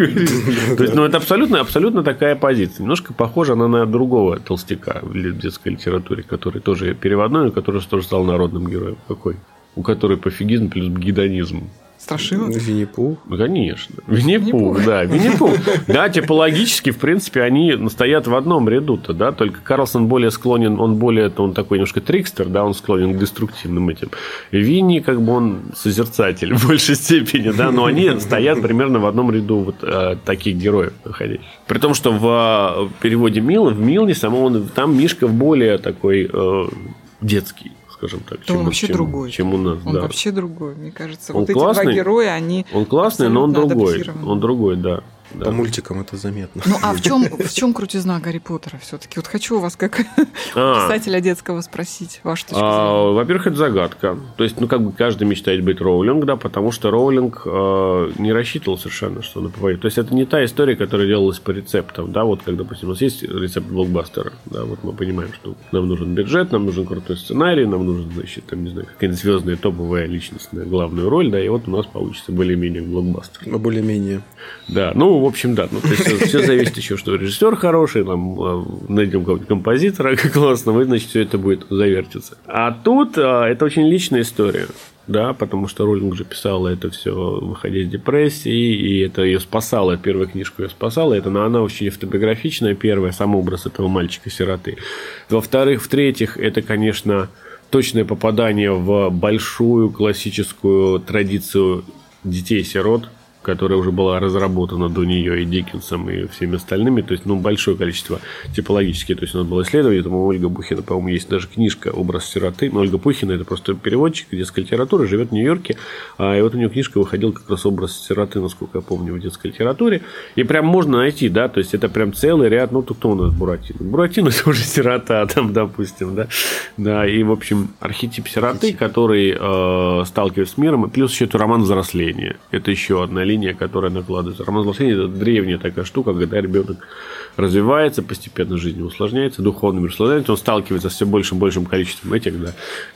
есть, ну, это абсолютно, абсолютно такая позиция. Немножко похожа она на другого толстяка в детской литературе, который тоже переводной, но который тоже стал народным героем. Какой? У которой пофигизм плюс гедонизм. Страшило? Винни-Пух? Конечно. Винни-Пух, да. Винни-Пух. Да, типологически, в принципе, они стоят в одном ряду-то, да, только Карлсон более склонен, он более, он такой немножко трикстер, да, он склонен к деструктивным этим. Винни, как бы, он созерцатель в большей степени, да, но они стоят примерно в одном ряду вот э, таких героев находящих. При том, что в переводе Мила, в Милне, само он, там Мишка более такой э, детский. Скажем так, чем, он вообще чем, другой. Чем у нас, он да. вообще другой, мне кажется. Он вот классный, эти два героя, они он классный, но он другой. Он другой, да. Да. По мультикам это заметно. Ну, а в чем, в чем крутизна Гарри Поттера все-таки? Вот хочу у вас, как а. писателя детского, спросить вашу точку зрения. А, во-первых, это загадка. То есть, ну, как бы каждый мечтает быть Роулинг, да, потому что Роулинг э, не рассчитывал совершенно, что она повторит. То есть, это не та история, которая делалась по рецептам, да, вот, как, допустим, у нас есть рецепт блокбастера, да, вот мы понимаем, что нам нужен бюджет, нам нужен крутой сценарий, нам нужен, значит, там, не знаю, какая-нибудь звездная топовая личностная главную роль, да, и вот у нас получится более-менее блокбастер. Ну, более-менее. Да, ну, в общем, да, ну, то есть, все зависит еще, что режиссер хороший, там, найдем какого-нибудь композитора классного, и, значит, все это будет завертиться. А тут а, это очень личная история, да, потому что Роллинг же писала это все, выходя из депрессии, и это ее спасало, первая книжка ее спасала, это она очень автобиографичная, первая, сам образ этого мальчика-сироты. Во-вторых, в-третьих, это, конечно, точное попадание в большую классическую традицию детей-сирот, которая уже была разработана до нее и Диккенсом, и всеми остальными. То есть, ну, большое количество типологических. То есть, у нас было исследование, там у Ольга Бухина, по-моему, есть даже книжка «Образ сироты». Но Ольга Бухина – это просто переводчик детской литературы, живет в Нью-Йорке. И вот у нее книжка выходила как раз «Образ сироты», насколько я помню, в детской литературе. И прям можно найти, да, то есть, это прям целый ряд. Ну, то кто у нас Буратино? Буратино – это уже сирота, там, допустим, да. Да, и, в общем, архетип сироты, который э, сталкивается с миром, и плюс еще это роман взросления. Это еще одна линия, которая накладывается. Роман взросления – это древняя такая штука, когда ребенок развивается, постепенно жизнь усложняется, духовный мир усложняется, он сталкивается с все большим и большим количеством этих, да.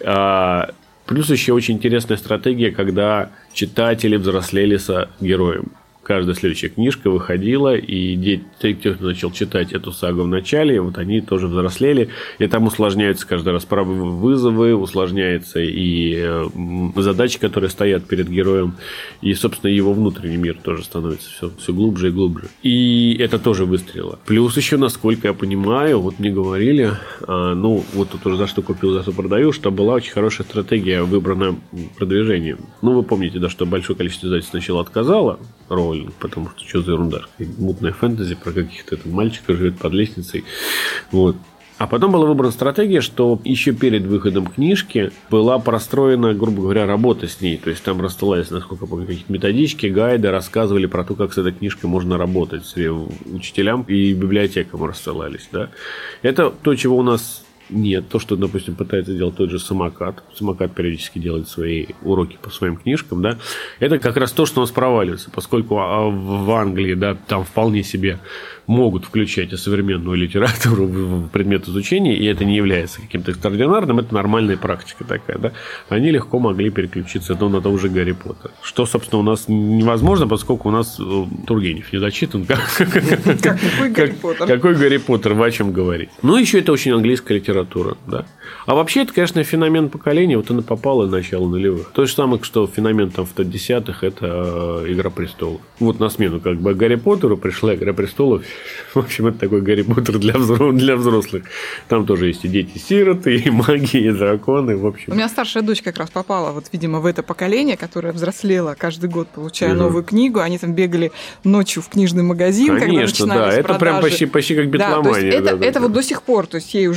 А, плюс еще очень интересная стратегия, когда читатели взрослели со героем. Каждая следующая книжка выходила, и дети, те, кто начал читать эту сагу в начале, вот они тоже взрослели, и там усложняются каждый раз вызовы, усложняются и задачи, которые стоят перед героем, и, собственно, его внутренний мир тоже становится все, все глубже и глубже. И это тоже выстрелило. Плюс еще, насколько я понимаю, вот мне говорили, ну, вот тут уже за что купил, за что продаю, что была очень хорошая стратегия выбрана продвижением. Ну, вы помните, да, что большое количество издательств сначала отказало Роулинг, потому что что за ерунда, мутная фэнтези про каких-то там мальчика живет под лестницей, вот. А потом была выбрана стратегия, что еще перед выходом книжки была простроена, грубо говоря, работа с ней. То есть там расстилались, насколько я помню, какие-то методички, гайды, рассказывали про то, как с этой книжкой можно работать. Учителям и библиотекам рассылались. Да? Это то, чего у нас нет. То, что, допустим, пытается делать тот же самокат. Самокат периодически делает свои уроки по своим книжкам. Да? Это как раз то, что у нас проваливается. Поскольку в Англии, да, там вполне себе могут включать и современную литературу в предмет изучения, и это не является каким-то экстраординарным, это нормальная практика такая, да, они легко могли переключиться на того же Гарри Поттера. Что, собственно, у нас невозможно, поскольку у нас Тургенев не зачитан. Какой Гарри Поттер? Какой Гарри Поттер, вы о чем говорите? Ну, еще это очень английская литература, да. А вообще, это, конечно, феномен поколения, вот она попала в начало нулевых. То же самое, что феномен там в десятых, это «Игра престолов». Вот на смену как бы Гарри Поттеру пришла «Игра престолов». В общем, это такой Гарри Поттер для, взрослых, для взрослых. Там тоже есть и дети-сироты, и маги, и драконы. В общем. У меня старшая дочь как раз попала, вот, видимо, в это поколение, которое взрослело каждый год, получая угу. новую книгу. Они там бегали ночью в книжный магазин, конечно, когда начинались да. Это продажи. Прям почти, почти как битломания. Да, то есть это, да, да, это да. вот до сих пор, то есть ей уже двадцать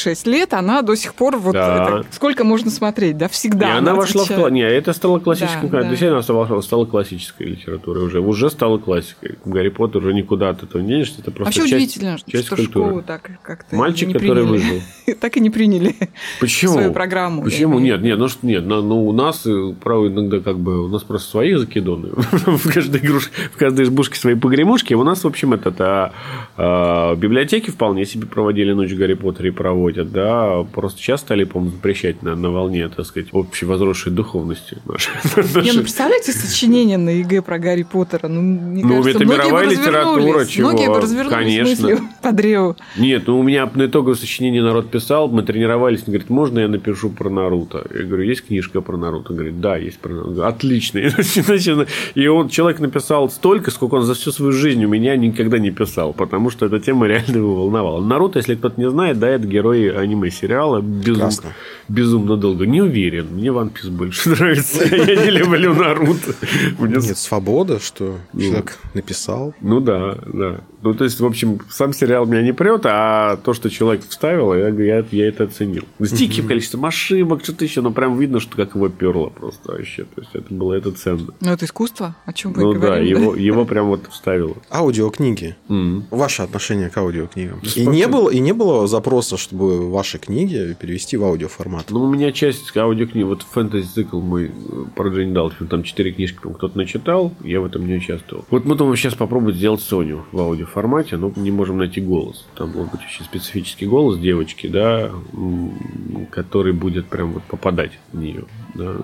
шесть лет, она до сих пор вот Да. это, сколько можно смотреть, да, всегда. И она, она вошла отвечает. в... Не, это стало классической... Да, Да, да. Действительно, стала, стала классической литературой уже. Уже стала классикой. Гарри Поттер уже никуда от этого не денешься. Это просто Вообще часть, удивительно, часть что культуры. школу так как-то Мальчик, не который приняли. выжил. Так и не приняли Почему? в свою программу. Почему? Нет, нет, ну что нет. Ну, ну, у нас, право, иногда как бы у нас просто свои закидоны. в каждой игрушке, в каждой избушке свои погремушки. У нас, в общем, это а, а, библиотеки вполне себе проводили ночь в Гарри Поттере и проводят, да. Просто сейчас стали, по-моему, запрещать на, на волне, так сказать, общевозросшей духовности нашей. Не, ну представляете сочинение на ЕГЭ про Гарри Поттера? Ну, мне Ну, кажется, это многие мировая бы литература, развернулись. чего? Многие бы развернулись Конечно. мыслью по древу. Нет, ну у меня на итоговое сочинение народ писал, мы тренировались, он говорит, можно я напишу про Наруто? Я говорю, есть книжка про Наруто? Он говорит, да, есть про Наруто. Я говорю, отлично. И он, человек написал столько, сколько он за всю свою жизнь у меня никогда не писал, потому что эта тема реально его волновала. Наруто, если кто-то не знает, да, это герой аниме-сериала безум... безумно долго. Не уверен, мне One Piece больше нравится. Я не люблю Наруто. Нет, свобода, что человек написал. Ну да, да. Ну, то есть, в общем, сам сериал меня не прет, а то, что человек вставил, я, я, я это оценил. С диким количеством ошибок, что-то еще, но прям видно, что как его перло просто вообще. То есть, это было это ценно. Ну, это искусство, о чем вы ну, говорили. Да, его, его прям вот вставило. Аудиокниги. Mm-hmm. Ваше отношение к аудиокнигам. И не, было, и не было запроса, чтобы ваши книги перевести в аудиоформат? Ну, у меня часть аудиокниг, вот фэнтези-цикл мой про Дженни Далфин, там четыре книжки кто-то начитал, я в этом не участвовал. Вот мы думаем сейчас попробовать сделать Соню в аудиоформате, но не можем найти голос. Там может быть очень специфический голос девочки, да, который будет прям вот попадать в нее. Да.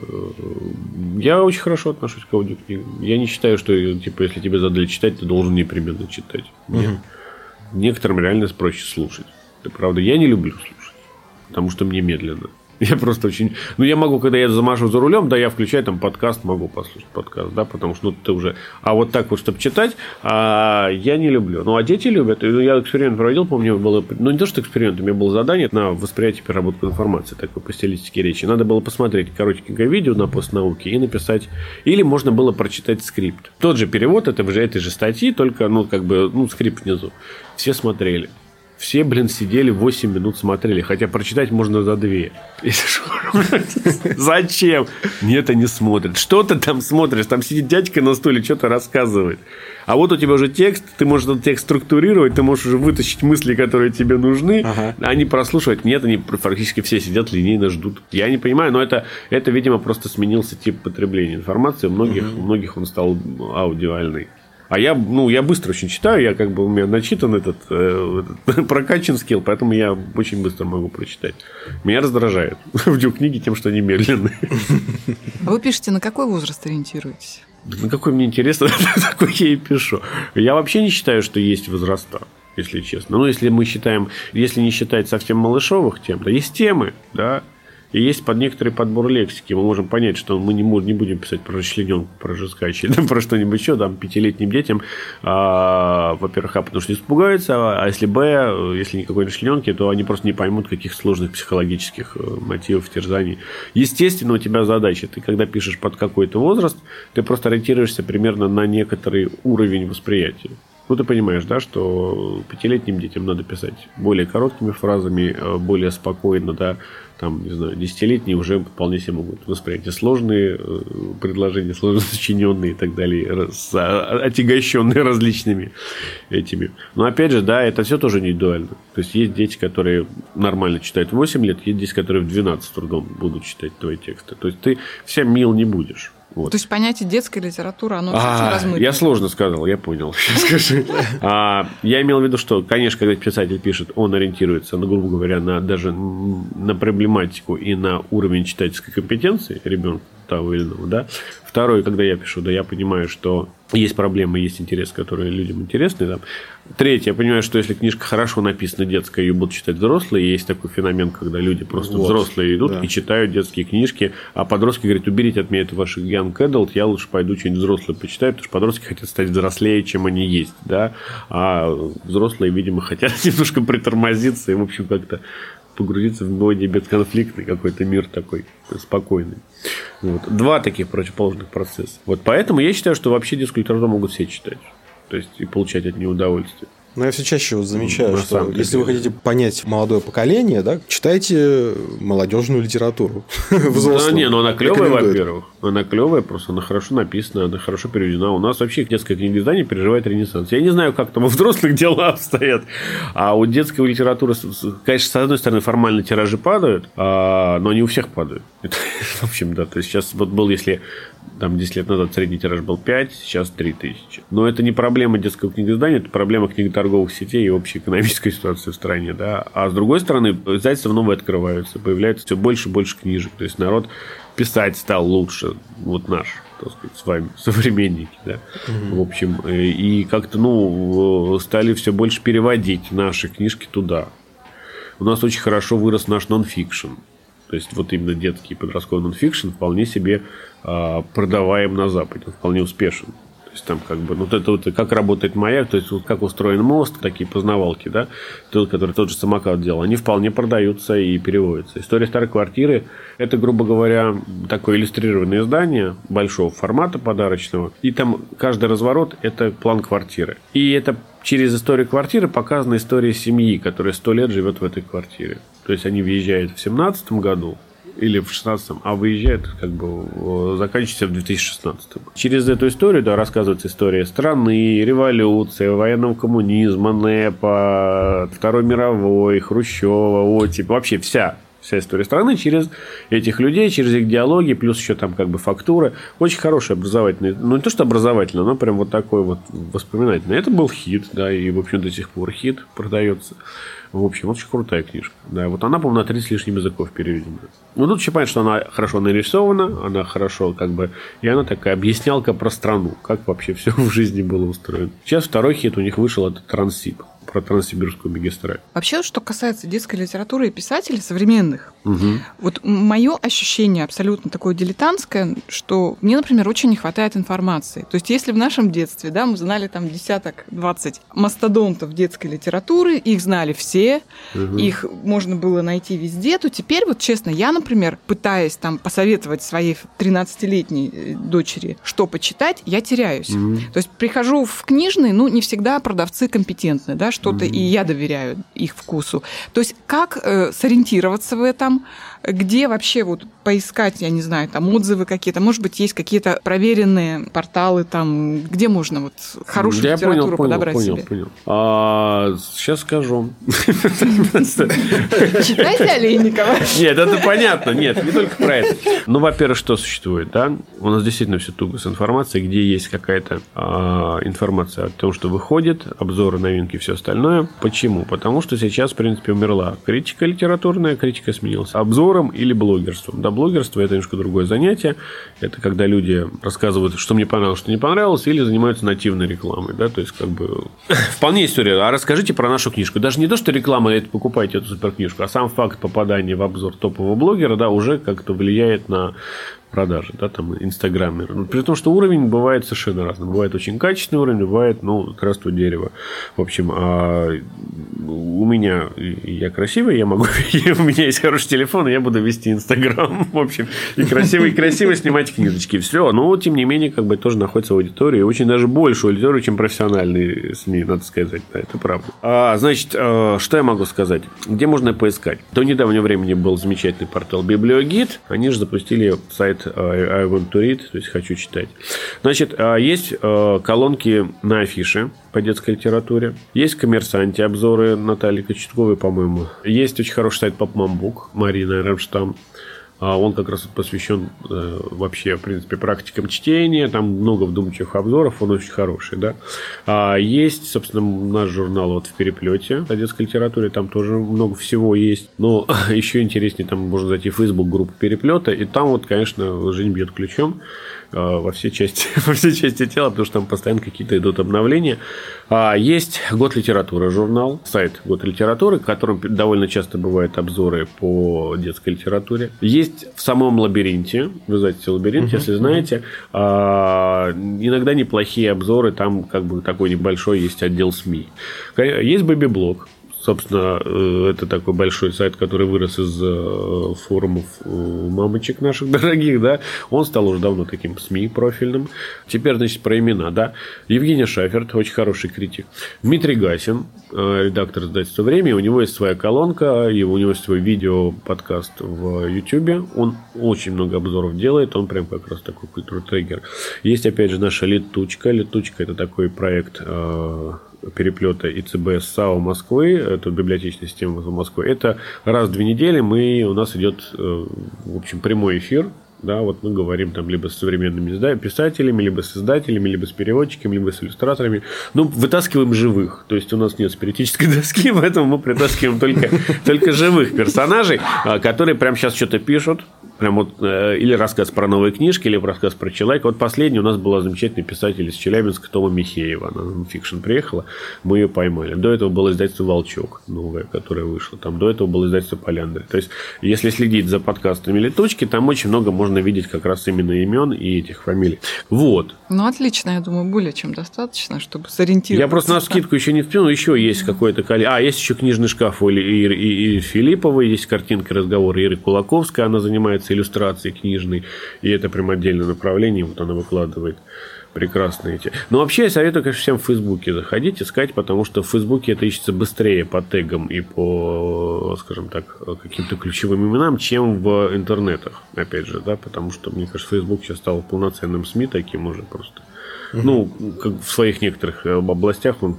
Я очень хорошо отношусь к аудиокнигам. Я не считаю, что типа, если тебе задали читать, ты должен непременно читать. Нет. Угу. Некоторым реально проще слушать. Это правда, я не люблю слушать, потому что мне медленно. Я просто очень... Ну, я могу, когда я замажу за рулем, да, я включаю там подкаст, могу послушать подкаст, да, потому что ну, ты уже... А вот так вот, чтобы читать, а, я не люблю. Ну, а дети любят. Я эксперимент проводил, помню, было... Ну, не то, что эксперимент, у меня было задание на восприятие и переработку информации, такой по стилистике речи. Надо было посмотреть коротенькое видео на постнауке и написать... Или можно было прочитать скрипт. Тот же перевод это же, этой же статьи, только, ну, как бы, ну, скрипт внизу. Все смотрели. Все, блин, сидели восемь минут смотрели. Хотя прочитать можно за две. Зачем? Нет, они смотрят. Что ты там смотришь? Там сидит дядька на стуле, что-то рассказывает. А вот у тебя уже текст. Ты можешь этот текст структурировать. Ты можешь уже вытащить мысли, которые тебе нужны. Ага. Они прослушивают. Нет, они практически все сидят линейно ждут. Я не понимаю, но это, это видимо, просто сменился тип потребления информации. У многих, угу. у многих он стал аудиальный. А я, ну, я быстро очень читаю, я как бы у меня начитан этот, э, этот прокачан скилл, поэтому я очень быстро могу прочитать. Меня раздражает аудиокниги тем, что они медленные. А вы пишете, на какой возраст ориентируетесь? На какой мне интересно, такой я и пишу. Я вообще не считаю, что есть возраста, если честно. Ну, если мы считаем, если не считать совсем малышовых тем, да, есть темы, да. И есть под некоторый подбор лексики. Мы можем понять, что мы не, не будем писать про расчлененку, про жескачие, про что-нибудь еще, там, пятилетним детям. А, во-первых, а потому что испугаются, а если б, если никакой расчлененки, то они просто не поймут каких сложных психологических мотивов, терзаний. Естественно, у тебя задача. Ты, когда пишешь под какой-то возраст, ты просто ориентируешься примерно на некоторый уровень восприятия. Ну, ты понимаешь, да, что пятилетним детям надо писать более короткими фразами, более спокойно, да, там, не знаю, десятилетние уже вполне себе могут воспринять сложные предложения, сложно сочиненные и так далее, отягощенные различными этими. Но, опять же, да, это все тоже индивидуально. То есть, есть дети, которые нормально читают в восемь лет, есть дети, которые в двенадцать трудом будут читать твои тексты. То есть, ты всем мил не будешь. Вот. То есть понятие детская литература, оно очень а, размытое. Я сложно сказал, я понял. а, я имел в виду, что, конечно, когда писатель пишет, он ориентируется, ну, грубо говоря, на, даже на проблематику и на уровень читательской компетенции ребенка того или иного. Да? Второе, когда я пишу, да, я понимаю, что есть проблемы, есть интерес, которые людям интересны. Да? Третье, я понимаю, что если книжка хорошо написана детская, ее будут читать взрослые. Есть такой феномен, когда люди просто вот, взрослые идут да. и читают детские книжки, а подростки говорят, уберите от меня это ваши young adult, я лучше пойду что-нибудь взрослое почитаю, потому что подростки хотят стать взрослее, чем они есть. Да? А взрослые, видимо, хотят немножко притормозиться и, в общем, как-то погрузиться в более бесконфликтный какой-то мир такой спокойный. Вот. Два таких противоположных процесса. Вот поэтому я считаю, что вообще детскую литературу могут все читать. То есть и получать от нее удовольствие. Но я все чаще вот замечаю, На что самом если деле. вы хотите понять молодое поколение, да, читайте молодежную литературу. Да, не, но она клевая, Рекомендуют. во-первых. Она клевая, просто она хорошо написана, она хорошо переведена. У нас вообще детское книгоиздание переживает ренессанс. Я не знаю, как там у взрослых дела обстоят. А у детской литературы, конечно, с одной стороны, формально тиражи падают, а, но они у всех падают. Это, в общем, да. То есть сейчас вот был, если там десять лет назад средний тираж был пять, сейчас три тысячи. Но это не проблема детского книгоиздания, это проблема книготорговых сетей и общей экономической ситуации в стране. Да? А с другой стороны, издательства новые открываются, появляется все больше и больше книжек. То есть народ писать стал лучше. Вот наш, так сказать, с вами современники. Да? Mm-hmm. В общем, и как-то ну, стали все больше переводить наши книжки туда. У нас очень хорошо вырос наш нон-фикшн. То есть, вот именно детский подростковый нон-фикшн вполне себе а, продаваем на Западе, он вполне успешен. То есть, там как бы, ну, вот это вот как работает маяк, то есть, вот как устроен мост, такие познавалки, да, тот, который тот же самокат делал, они вполне продаются и переводятся. История старой квартиры – это, грубо говоря, такое иллюстрированное издание большого формата подарочного, и там каждый разворот – это план квартиры. И это через историю квартиры показана история семьи, которая сто лет живет в этой квартире. То есть, они въезжают в семнадцатом году или в шестнадцатом, а выезжают, как бы, заканчивается в две тысячи шестнадцатом. Через эту историю, да, рассказывается история страны, революции, военного коммунизма, НЭПа, Второй мировой, Хрущева, оттепель, вообще вся. Вся история страны через этих людей, через их диалоги, плюс еще там как бы фактуры. Очень хороший образовательный, ну не то что образовательный, но прям вот такой вот воспоминательный. Это был хит, да, и в общем до сих пор хит продается. В общем, очень крутая книжка. Да, вот она, по-моему, на тридцать с лишним языков переведена. Ну, тут еще понятно, что она хорошо нарисована, она хорошо как бы... И она такая объяснялка про страну, как вообще все в жизни было устроено. Сейчас второй хит у них вышел, это «Транссиб», про Транссибирскую магистраль. Вообще, что касается детской литературы и писателей современных, угу. вот мое ощущение абсолютно такое дилетантское, что мне, например, очень не хватает информации. То есть, если в нашем детстве, да, мы знали там десяток-двадцать мастодонтов детской литературы, их знали все, угу. их можно было найти везде, то теперь, вот честно, я, например, пытаясь там посоветовать своей тринадцатилетней дочери, что почитать, я теряюсь. Угу. То есть, прихожу в книжные, ну, не всегда продавцы компетентны, да, что-то, mm-hmm. и я доверяю их вкусу. То есть, как э, сориентироваться в этом, где вообще вот поискать, я не знаю, там отзывы какие-то, может быть, есть какие-то проверенные порталы, там, где можно вот хорошую я литературу понял, подобрать понял, себе? Понял, понял. Сейчас скажу. Читайте Олейникова. Нет, это понятно, нет, не только про это. Ну, во-первых, что существует, да? У нас действительно все туго с информацией, где есть какая-то информация о том, что выходит, обзоры, новинки, все остальное. Почему? Потому что сейчас, в принципе, умерла критика литературная, критика сменилась обзором или блогерством. Да, блогерство – это немножко другое занятие. Это когда люди рассказывают, что мне понравилось, что не понравилось, или занимаются нативной рекламой. Да? То есть, как бы... Вполне история. А расскажите про нашу книжку. Даже не то, что реклама, это покупайте эту суперкнижку, а сам факт попадания в обзор топового блогера, да, уже как-то влияет на продажи, да, там, инстаграмеры. При том, что уровень бывает совершенно разный. Бывает очень качественный уровень, бывает, ну, здравствуй, дерево. В общем, а у меня, я красивый, я могу, у меня есть хороший телефон, и я буду вести инстаграм, в общем, и красиво, и красиво снимать книжечки. Все, но, тем не менее, как бы тоже находится в аудитории, очень даже больше аудитории, чем профессиональные СМИ, надо сказать, да, это правда. А, значит, что я могу сказать? Где можно поискать? До недавнего времени был замечательный портал Библиогид, они же запустили сайт I want to read, то есть хочу читать. Значит, есть колонки на афише по детской литературе. Есть в «Коммерсанте» обзоры Натальи Кочетковой, по-моему. Есть очень хороший сайт «Попмамбук» Марина Рамштам. Он как раз посвящен э, вообще, в принципе, практикам чтения. Там много вдумчивых обзоров, он очень хороший, да. А есть, собственно, наш журнал вот «В переплете» о детской литературе. Там тоже много всего есть. Но еще интереснее, там можно зайти в Facebook-группу «Переплета». И там вот, конечно, жизнь бьет ключом э, во все части, во все части тела, потому что там постоянно какие-то идут обновления. А есть «Год литературы» журнал, сайт «Год литературы», в котором довольно часто бывают обзоры по детской литературе. Есть в самом «Лабиринте», в издательстве «Лабиринт», uh-huh, если знаете, uh-huh. иногда неплохие обзоры, там как бы такой небольшой есть отдел СМИ. Есть «Бэби-блог», Собственно, это такой большой сайт, который вырос из форумов мамочек наших дорогих, да. Он стал уже давно таким СМИ профильным. Теперь, значит, про имена, да. Евгений Шаферт, очень хороший критик. Дмитрий Гасин, редактор издательства «Время». У него есть своя колонка, и у него есть свой видео-подкаст в Ютубе. Он очень много обзоров делает, он прям как раз такой культур-треггер. Есть, опять же, наша Летучка. Летучка – это такой проект переплета ИЦБ с САО Москвы, это библиотечная система Москвы. Это раз в две недели мы, у нас идет, в общем, прямой эфир. Да, вот мы говорим там либо с современными писателями, либо с издателями, либо с переводчиками, либо с иллюстраторами. Ну, вытаскиваем живых. То есть у нас нет спиритической доски, поэтому мы притаскиваем только, только живых персонажей, которые прямо сейчас что-то пишут. Прям вот, или рассказ про новые книжки, или рассказ про человека. Вот последний у нас была замечательная писатель из Челябинска Тома Михеева. Она в фикшн приехала, мы ее поймали. До этого было издательство «Волчок», новое, которое вышло. Там до этого было издательство «Поляндры». То есть, если следить за подкастами «Летучки», там очень много можно видеть как раз именно имен и этих фамилий. Вот. Ну, отлично, я думаю, более чем достаточно, чтобы сориентироваться. Я просто на скидку еще не впил, но еще есть какое-то количество. А, есть еще книжный шкаф у Иры и, и Филипповой, есть картинка разговора Иры Кулаковской, она занимается иллюстрацией книжной, и это прям отдельное направление, вот она выкладывает прекрасные эти. Но вообще я советую, конечно, всем в Фейсбуке заходить, искать, потому что в Фейсбуке это ищется быстрее по тегам и по, скажем так, каким-то ключевым именам, чем в интернетах, опять же, да, потому что, мне кажется, Фейсбук сейчас стал полноценным СМИ таким уже просто. Угу. Ну, как в своих некоторых областях он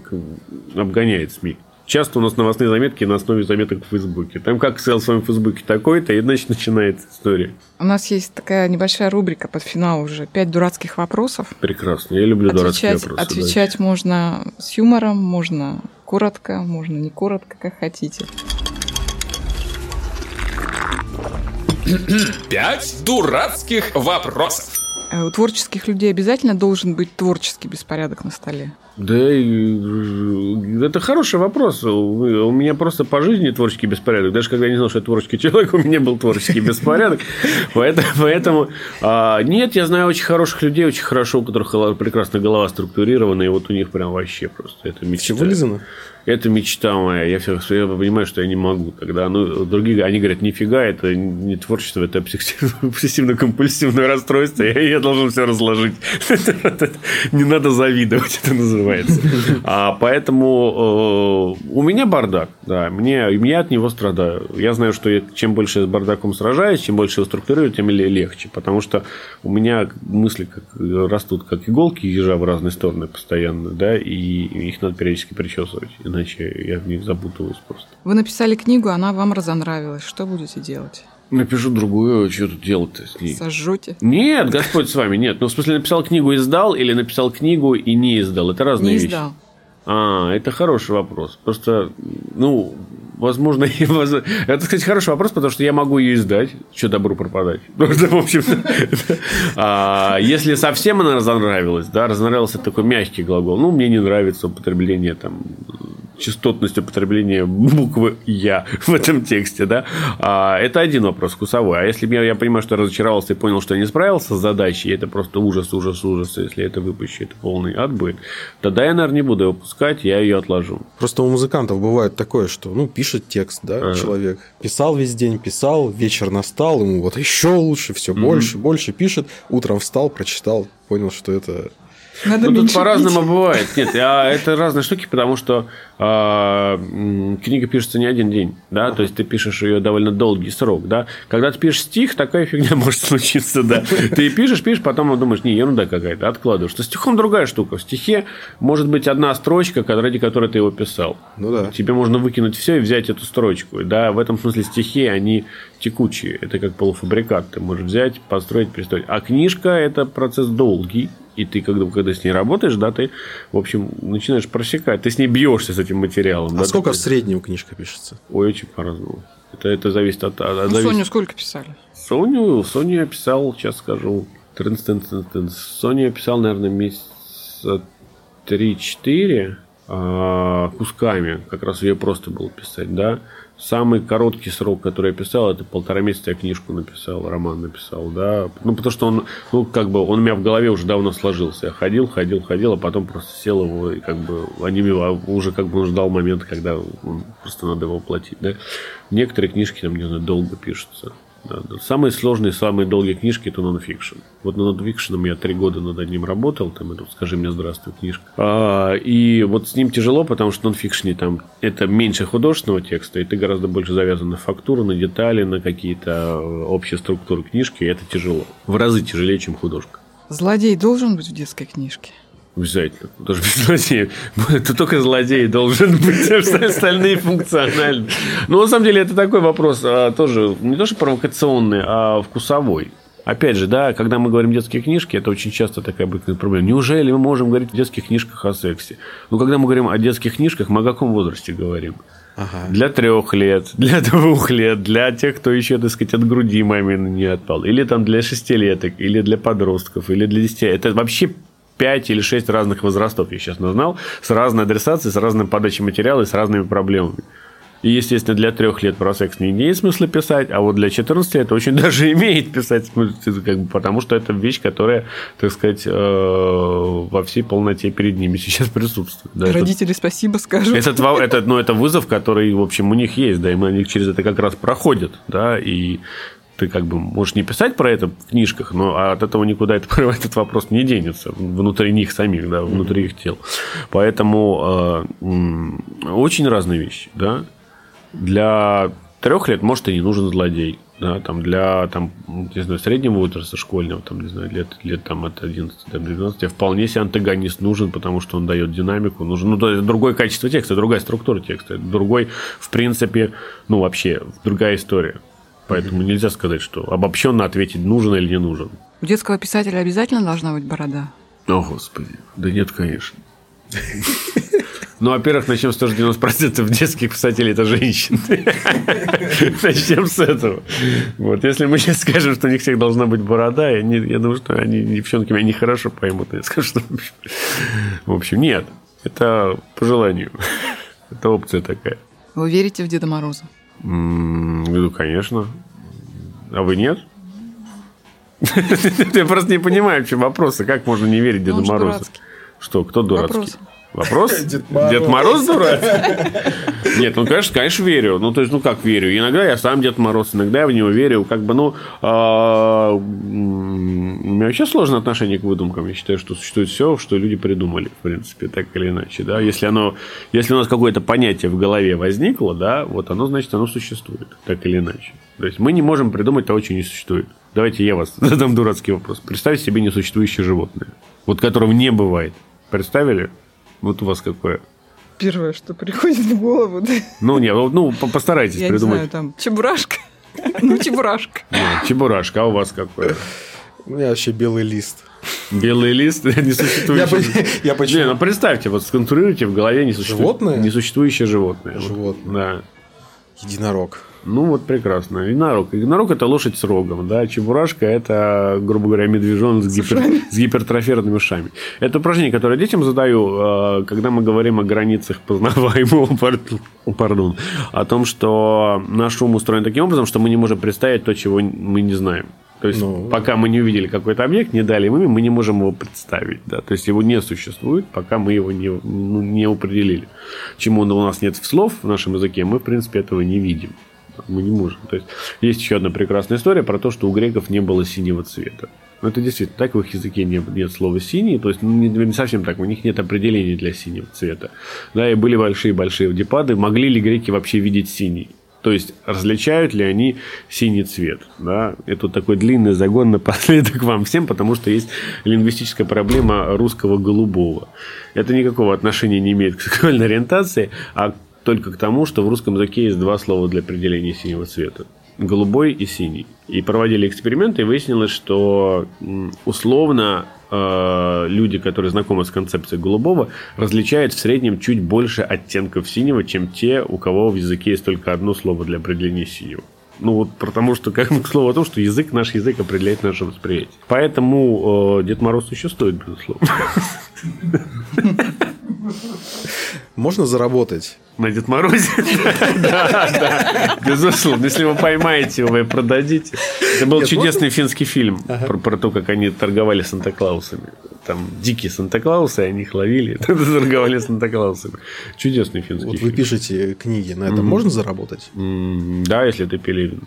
обгоняет СМИ. Часто у нас новостные заметки на основе заметок в Фейсбуке. Там как сказал в своем Фейсбуке такой-то, и значит начинается история. У нас есть такая небольшая рубрика под финал уже. Пять дурацких вопросов. Прекрасно. Я люблю отвечать, дурацкие вопросы. Отвечать да. можно с юмором, можно коротко, можно не коротко, как хотите. Пять дурацких вопросов. У творческих людей обязательно должен быть творческий беспорядок на столе? Да, это хороший вопрос. У меня просто по жизни творческий беспорядок. Даже когда я не знал, что я творческий человек, у меня был творческий беспорядок. Поэтому, поэтому нет, я знаю очень хороших людей, очень хорошо, у которых прекрасная голова структурирована, и вот у них прям вообще просто это мечта. Все вылизано? Это мечта моя. Я, все, я понимаю, что я не могу тогда. Ну, другие, они говорят, нифига, это не творчество, это обсессивно-компульсивное расстройство. Я, я должен все разложить. Не надо завидовать, это называется. А, поэтому э, у меня бардак. Да, мне, я от него страдаю. Я знаю, что я, чем больше я с бардаком сражаюсь, чем больше его структурирую, тем легче. Потому что у меня мысли как, растут как иголки ежа в разные стороны постоянно. Да, и их надо периодически причесывать. Иначе я в них запутываюсь просто. Вы написали книгу, она вам разонравилась. Что будете делать? Напишу другую, что тут делать-то с ней? Сожжете? Нет, Господь с вами, нет. Ну, в смысле, написал книгу и издал, или написал книгу и не издал? Это разные вещи. Не издал. А, это хороший вопрос. Просто, ну, возможно, это, кстати, хороший вопрос, потому что я могу ее издать. Что добру пропадать? В общем-то, если совсем она разонравилась, да, разонравился такой мягкий глагол. Ну, мне не нравится употребление там частотность употребления буквы «я» в этом тексте, да, а, это один вопрос вкусовой. А если я, я понимаю, что я разочаровался и понял, что я не справился с задачей, это просто ужас, ужас, ужас, если это выпущу, это полный ад будет, тогда я, наверное, не буду его пускать, я ее отложу. Просто у музыкантов бывает такое, что, ну, пишет текст, да, ага. человек, писал весь день, писал, вечер настал, ему вот еще лучше, все mm-hmm. больше, больше пишет, утром встал, прочитал, понял, что это... Надо ну, тут по-разному бывает. Нет, а это разные штуки, потому что а, книга пишется не один день, да, ага. то есть ты пишешь ее довольно долгий срок, да. Когда ты пишешь стих, такая фигня может случиться, да. Ты пишешь, пишешь, потом думаешь, не, ерунда какая-то, откладываешь. Со стихом другая штука. В стихе может быть одна строчка, ради которой ты его писал. Ну да. Тебе можно выкинуть все и взять эту строчку. Да, в этом смысле стихи, они текучие. Это как полуфабрикат. Ты можешь взять, построить, перестроить. А книжка – это процесс долгий. И ты, когда, когда с ней работаешь, да, ты, в общем, начинаешь просекать. Ты с ней бьешься с этим материалом. А да, сколько ты... в среднем книжка пишется? Ой, очень по-разному. Это, это зависит от... от ну, зависит... Соню сколько писали? Соню, Соню я писал, сейчас скажу. Соню я писал, наверное, месяца три-четыре. кусками, как раз ее просто было писать, да. Самый короткий срок, который я писал, это полтора месяца я книжку написал, роман написал, да. Ну, потому что он, ну, как бы, он у меня в голове уже давно сложился. Я ходил, ходил, ходил, а потом просто сел его и как бы онемел, уже как бы он ждал момента, когда он, просто надо его воплотить, да. Некоторые книжки там, не знаю, долго пишутся. Да, да. Самые сложные, самые долгие книжки – это нонфикшн. Вот на нонфикшеном я три года над одним работал, там, это «Скажи мне здравствуй» книжка. А, и вот с ним тяжело, потому что в нонфикшне там это меньше художественного текста, и ты гораздо больше завязан на фактуру, на детали, на какие-то общие структуры книжки, и это тяжело. В разы тяжелее, чем художка. Злодей должен быть в детской книжке? Обязательно. Даже без злодеев. Это только злодей должен быть, а остальные функциональны. Но на самом деле это такой вопрос а, тоже не то что провокационный, а вкусовой. Опять же, да, когда мы говорим детские книжки, это очень часто такая обыкновенная проблема. Неужели мы можем говорить в детских книжках о сексе? Ну, когда мы говорим о детских книжках, мы о каком возрасте говорим? Ага. Для трех лет, для двух лет, для тех, кто еще, так сказать, от груди мамины не отпал. Или там для шестилеток, или для подростков, или для десяти. Это вообще пять или шесть разных возрастов, я сейчас назвал, с разной адресацией, с разной подачей материала и с разными проблемами. И, естественно, для трех лет про секс не имеет смысла писать, а вот для четырнадцати это очень даже имеет писать смысл, как бы, потому что это вещь, которая, так сказать, во всей полноте перед ними сейчас присутствует. Да, родители это, спасибо скажут. Этот, это, ну, это вызов, который, в общем, у них есть, да, и они через это как раз проходят, да, и ты как бы можешь не писать про это в книжках, но от этого никуда это, этот вопрос не денется внутри них самих, да, внутри их тел. Поэтому э, очень разные вещи, да. Для трех лет, может, и не нужен злодей, да, там для там, не знаю, среднего возраста школьного, там, не знаю, лет, лет там, от одиннадцати до двенадцати, вполне себе антагонист нужен, потому что он дает динамику, нужен, ну, то есть другое качество текста, другая структура текста, другой, в принципе, ну, вообще, другая история. Поэтому нельзя сказать, что обобщенно ответить, нужен или не нужен. У детского писателя обязательно должна быть борода? О, Господи. Да нет, конечно. Ну, во-первых, начнем с того, что девяносто процентов детских писателей – это женщины. Начнем с этого. Вот. Если мы сейчас скажем, что у них всех должна быть борода, я, не, я думаю, что они, девчонки, меня нехорошо поймут. Я скажу, что... В общем, нет. Это по желанию. Это опция такая. Вы верите в Деда Мороза? Ну, конечно. А вы нет? Я просто не понимаю, в чем вопрос. Как можно не верить Деду Морозу? Что, кто дурацкий? Вопрос? Дед Мороз. Дед Мороз дурацкий? Нет, ну, конечно, конечно, верю. Ну, то есть, ну, как верю? Иногда я сам Дед Мороз, иногда я в него верю. Как бы, ну, у меня вообще сложное отношение к выдумкам. Я считаю, что существует все, что люди придумали, в принципе, так или иначе. Да? Если оно, если у нас какое-то понятие в голове возникло, да, вот оно, значит, оно существует, так или иначе. То есть, мы не можем придумать того, чего не существует. Давайте я вас задам дурацкий вопрос. Представьте себе несуществующее животное, вот которого не бывает. Представили? Вот у вас какое? Первое, что приходит в голову. Да? Ну, не, ну, постарайтесь я придумать. Я не знаю, там, чебурашка. Ну, чебурашка. Нет, чебурашка, а у вас какое? У меня вообще белый лист. Белый лист несуществующий. Я почему? Не, ну представьте, вот сконструируйте в голове несуществующее животное. Животное. Да. Единорог. Ну, вот прекрасно. Единорог. Единорог – это лошадь с рогом, да. Чебурашка – это, грубо говоря, медвежонок с, гипер... с гипертрофированными ушами. Это упражнение, которое детям задаю, когда мы говорим о границах познаваемого, пардон, о том, что наш ум устроен таким образом, что мы не можем представить то, чего мы не знаем. То есть, ну... пока мы не увидели какой-то объект, не дали ему, мы не можем его представить. Да? То есть, его не существует, пока мы его не, ну, не определили. Чему у нас нет слов в нашем языке, мы, в принципе, этого не видим. Мы не можем. То есть, есть еще одна прекрасная история про то, что у греков не было синего цвета. Но это действительно так, в их языке нет, нет слова «синий», то есть, ну, не, не совсем так, у них нет определения для синего цвета. Да, и были большие-большие депады. Могли ли греки вообще видеть синий? То есть, различают ли они синий цвет? Да? Это такой длинный загон напоследок вам всем, потому что есть лингвистическая проблема русского голубого. Это никакого отношения не имеет к сексуальной ориентации, а только к тому, что в русском языке есть два слова для определения синего цвета. Голубой и синий. И проводили эксперименты, и выяснилось, что условно люди, которые знакомы с концепцией голубого, различают в среднем чуть больше оттенков синего, чем те, у кого в языке есть только одно слово для определения синего. Ну, вот потому что, как к слову о том, что язык, наш язык определяет наше восприятие. Поэтому э, Дед Мороз существует, безусловно. Можно заработать. На Дед Морозе? Да, да, безусловно. Если вы поймаете его и продадите. Это был чудесный финский фильм про то, как они торговали Санта-Клаусами. Там дикие Санта-Клаусы, они их ловили, торговали Санта-Клаусами. Чудесный финский фильм. Вот вы пишете книги, на этом можно заработать? Да, если ты Пелевин.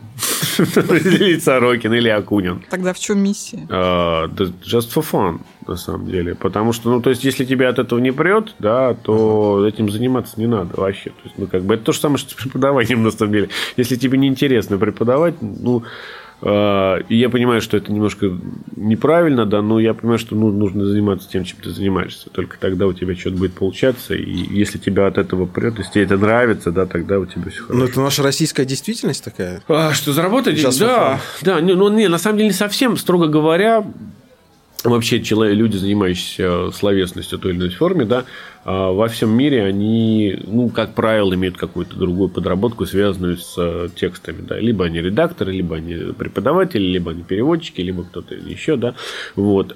Или Сорокин, или Акунин. Тогда в чем миссия? Just for fun, на самом деле. Потому что, ну, то есть, если тебя от этого не прет, да, то этим заниматься не надо вообще. То есть, ну, как бы это то же самое, что с преподаванием, на самом деле. Если тебе неинтересно преподавать, ну, и я понимаю, что это немножко неправильно, да, но я понимаю, что ну, нужно заниматься тем, чем ты занимаешься. Только тогда у тебя что-то будет получаться. И если тебя от этого прет, если тебе это нравится, да, тогда у тебя все хорошо. Ну, это наша российская действительность такая. А, что заработать? Сейчас да, да. Не, ну, не, на самом деле, не совсем, строго говоря. Вообще, человек, люди, занимающиеся словесностью в той или иной форме, да, во всем мире они, ну, как правило, имеют какую-то другую подработку, связанную с текстами. Да. Либо они редакторы, либо они преподаватели, либо они переводчики, либо кто-то еще. Да. Вот.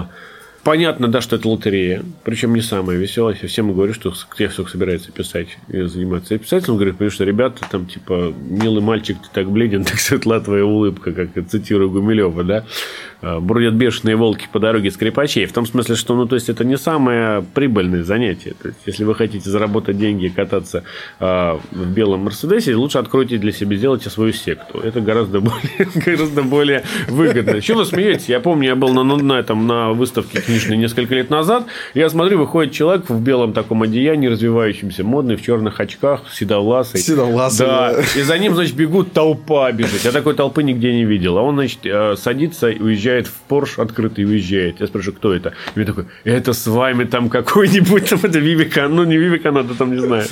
Понятно, да, что это лотерея, причем не самая веселая. Я всем говорю, что тех, кто собирается писать и заниматься писателем, говорю, потому что ребята, там, типа, милый мальчик, ты так бледен, так светла твоя улыбка, как цитирую Гумилева, да, бродят бешеные волки по дороге скрипачей. В том смысле, что, ну, то есть, это не самое прибыльное занятие. То есть, если вы хотите заработать деньги и кататься э, в белом Мерседесе, лучше откройте для себя, сделайте свою секту. Это гораздо более, гораздо более выгодно. Чего вы смеетесь? Я помню, я был на, на, этом, на выставке книжной несколько лет назад. Я смотрю, выходит человек в белом таком одеянии, развивающемся, модный, в черных очках, седовласый. Седовласый. Да. да. И за ним, значит, бегут, толпа бежит. Я такой толпы нигде не видел. А он, значит, садится и уезжает в Порш открытый и уезжает. Я спрашиваю, кто это? И я такой, это с вами там какой-нибудь, там это Вивекананда, ну не Вивекананда, там не знаю,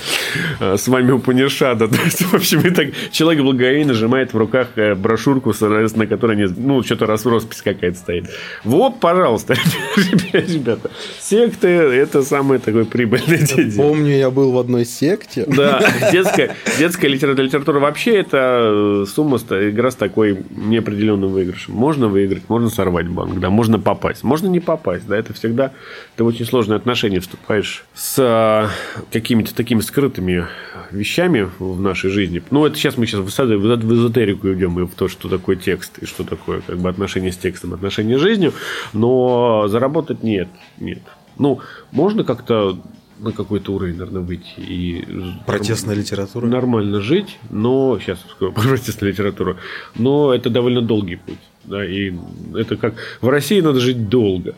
с вами Упанишада. То есть, в общем, и так человек благоговейно сжимает в руках брошюрку, на которой не, ну, что-то раз роспись какая-то стоит. Вот, пожалуйста, ребята, секты – это самое такое прибыльное дело. Помню, я был в одной секте. Да, детская, детская литература, литература вообще это сумма, игра с такой неопределенным выигрышем. Можно выиграть, можно сорвать банк, да, можно попасть, можно не попасть, да, это всегда ты в очень сложные отношения вступаешь с какими-то такими скрытыми вещами в нашей жизни. Ну, это сейчас мы сейчас в эзотерику идем и в то, что такое текст и что такое как бы отношение с текстом, отношение с жизнью, но заработать нет, нет. Ну, можно как-то на какой-то уровень, наверное, выйти и протестная литература нормально жить, но сейчас скажу про протестную литературу, но это довольно долгий путь. Да, и это как в России надо жить долго.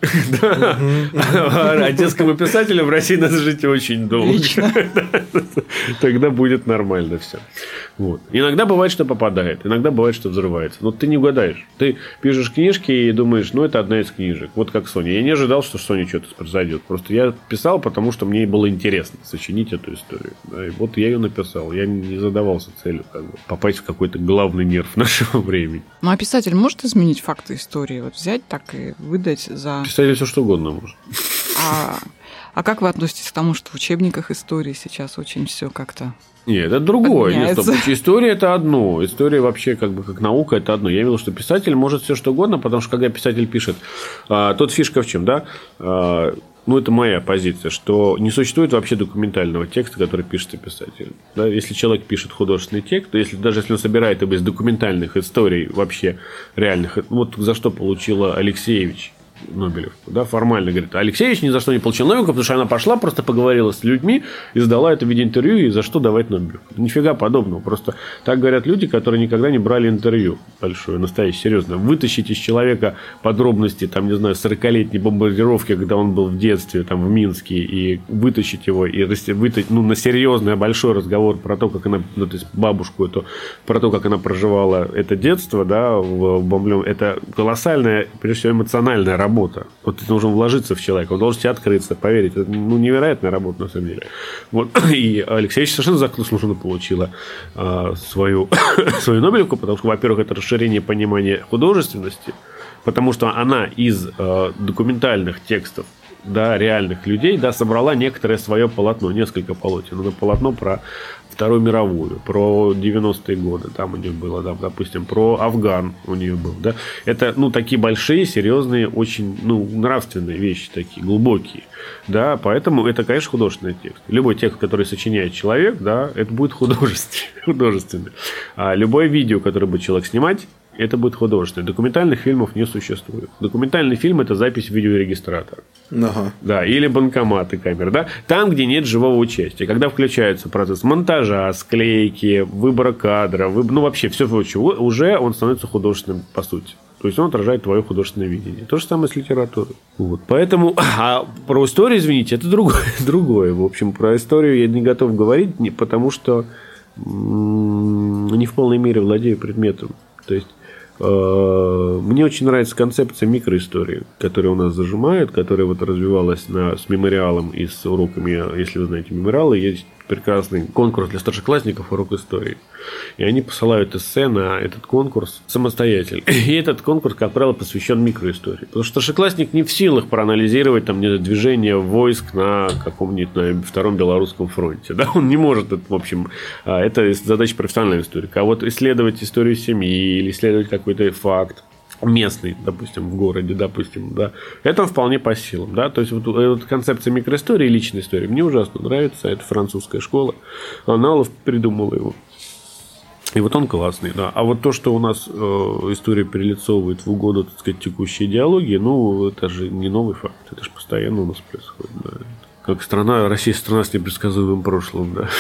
А детскому писателю в России надо жить очень долго. Тогда будет нормально все. Вот. Иногда бывает, что попадает, иногда бывает, что взрывается. Но ты не угадаешь. Ты пишешь книжки и думаешь, ну, это одна из книжек. Вот как Соня. Я не ожидал, что с Соней что-то произойдет. Просто я писал, потому что мне было интересно сочинить эту историю. Да, и вот я ее написал. Я не задавался целью как бы, попасть в какой-то главный нерв нашего времени. Ну, а писатель может изменить факты истории? Вот взять так и выдать за... Писатель все что угодно может. А, а как вы относитесь к тому, что в учебниках истории сейчас очень все как-то... Нет, это другое. Нет, стоп. История – это одно. История вообще, как бы, как наука – это одно. Я имел, что писатель может все что угодно, потому что, когда писатель пишет, а, тут фишка в чем, да? А, ну, это моя позиция, что не существует вообще документального текста, который пишется писателем. Да? Если человек пишет художественный текст, то если, даже если он собирает его из документальных историй вообще реальных, вот за что получила Алексеевич Нобелевку, да, формально говорит, Алексеевич ни за что не получил Нобелевку, потому что она пошла, просто поговорила с людьми и сдала это в виде интервью, и за что давать Нобелевку. Нифига подобного. Просто так говорят люди, которые никогда не брали интервью большое, настоящее, серьезно. Вытащить из человека подробности, там, не знаю, сорокалетней бомбардировки, когда он был в детстве, там, в Минске, и вытащить его, и вытащить, ну, на серьезный, большой разговор про то, как она, ну, то есть бабушку эту, про то, как она проживала это детство, да, в бомблем, это колоссальная, прежде всего, эмоциональная работа. Работа. Вот ты должен вложиться в человека, он должен тебе открыться, поверить. Это, ну, невероятная работа, на самом деле. Вот. И Алексеевич совершенно заслуженно получила а, свою, свою Нобелевку, потому что, во-первых, это расширение понимания художественности, потому что она из а, документальных текстов, да, реальных людей, да, собрала некоторое свое полотно, несколько полотен. Это полотно про Вторую мировую, про девяностые годы, там у нее было, да, допустим, про Афган у нее был, да. Это, ну, такие большие, серьезные, очень, ну, нравственные вещи такие, глубокие, да, поэтому это, конечно, художественный текст. Любой текст, который сочиняет человек, да, это будет художественный, художественный. А любое видео, которое будет человек снимать, это будет художественное. Документальных фильмов не существует. Документальный фильм – это запись видеорегистратора. Ага. Да, или банкоматы камер. Да? Там, где нет живого участия. Когда включается процесс монтажа, склейки, выбора кадра, выб... ну, вообще все прочее, уже он становится художественным, по сути. То есть он отражает твое художественное видение. То же самое с литературой. Вот. Поэтому, а про историю, извините, это другое. другое. В общем, про историю я не готов говорить, потому что не в полной мере владею предметом. То есть мне очень нравится концепция микроистории, которая у нас зажимает, которая вот развивалась на, с мемориалом и с уроками, если вы знаете мемориалы, есть прекрасный конкурс для старшеклассников «Урок истории». И они посылают эссе на этот конкурс самостоятельно. И этот конкурс, как правило, посвящен микроистории. Потому что старшеклассник не в силах проанализировать там, движение войск на каком-нибудь на Втором Белорусском фронте. Да? Он не может, это, в общем, это задача профессионального историка. А вот исследовать историю семьи или исследовать какой-то факт местный, допустим, в городе, допустим, да, это вполне по силам, да, то есть вот, вот концепция микроистории и личной истории мне ужасно нравится, это французская школа, Аналов придумал его, и вот он классный, да, а вот то, что у нас э, история перелицовывает в угоду, так сказать, текущей идеологии, ну, это же не новый факт, это же постоянно у нас происходит, да, как страна, Россия страна с непредсказуемым прошлым, да,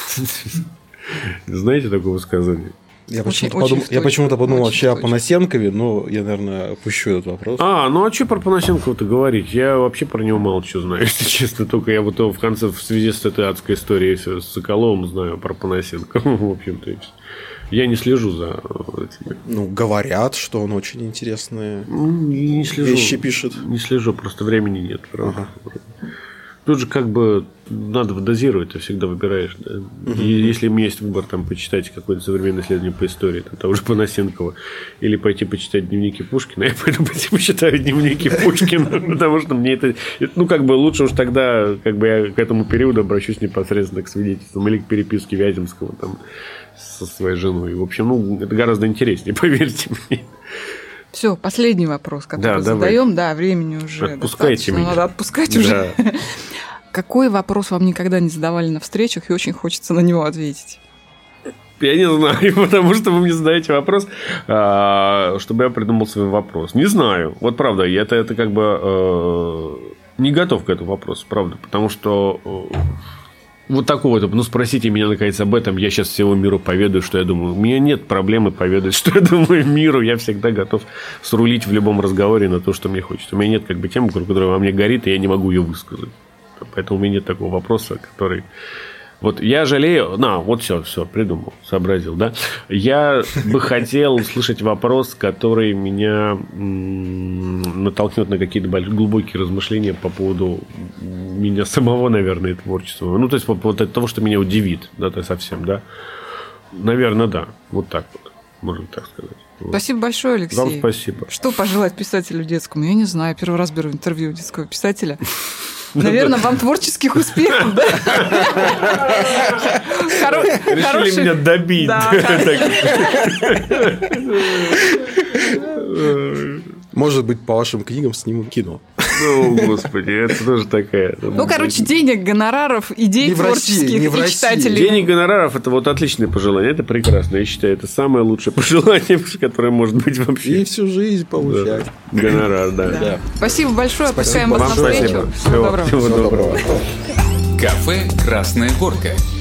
знаете такое высказывание? Я почему-то, подум... я почему-то подумал вообще о Панасенкове, но я, наверное, опущу этот вопрос. А, ну а что про Панасенкова-то говорить? Я вообще про него мало чего знаю, если честно. Только я вот в конце, в связи с этой адской историей с Соколовым знаю про Панасенкова, в общем-то. Я не слежу за этими. Ну, говорят, что он очень интересные не слежу, вещи пишет. Не слежу, просто времени нет. Ага. Тут же как бы надо дозировать, ты всегда выбираешь. Да? Uh-huh. И если у меня есть выбор там, почитать какое-то современное исследование по истории, там, того же Панасенкова, или пойти почитать дневники Пушкина, я пойду пойти почитаю дневники Пушкина, потому что мне это... Ну, как бы лучше уж тогда как бы я к этому периоду обращусь непосредственно к свидетельствам или к переписке Вяземского там, со своей женой. В общем, ну, это гораздо интереснее, поверьте мне. Все, последний вопрос, который да, задаем. Да, времени уже отпускайте меня. Надо отпускать да. уже. Какой вопрос вам никогда не задавали на встречах, и очень хочется на него ответить? Я не знаю, потому что вы мне задаете вопрос, чтобы я придумал свой вопрос. Не знаю. Вот правда, я это, это как бы не готов к этому вопросу, правда. Потому что вот такого, ну, спросите меня, наконец, об этом, я сейчас всему миру поведаю, что я думаю. У меня нет проблемы поведать, что я думаю миру. Я всегда готов срулить в любом разговоре на то, что мне хочется. У меня нет как бы темы, которая во мне горит, и я не могу ее высказать. Поэтому у меня нет такого вопроса, который... Вот я жалею... На, вот все, все, придумал, сообразил, да? Я бы хотел услышать вопрос, который меня натолкнет на какие-то глубокие размышления по поводу меня самого, наверное, и творчества. Ну, то есть, вот от того, что меня удивит, да, то совсем, да? Наверное, да. Вот так вот, можно так сказать. Вот. Спасибо большое, Алексей. Вам спасибо. Что пожелать писателю детскому? Я не знаю, первый раз беру интервью детского писателя. Наверное, вам творческих успехов, да? Решили меня добить. Может быть, по вашим книгам снимут кино. Ну, господи, это тоже такая... Ну, короче, денег, гонораров, идей творческих и читателей. Денег, гонораров – это вот отличное пожелание. Это прекрасно. Я считаю, это самое лучшее пожелание, которое может быть вообще. И всю жизнь получать. Да. Гонорар, да. да. да. Спасибо большое. Отпускаем вас на встречу. Всего доброго. Кафе «Красная горка».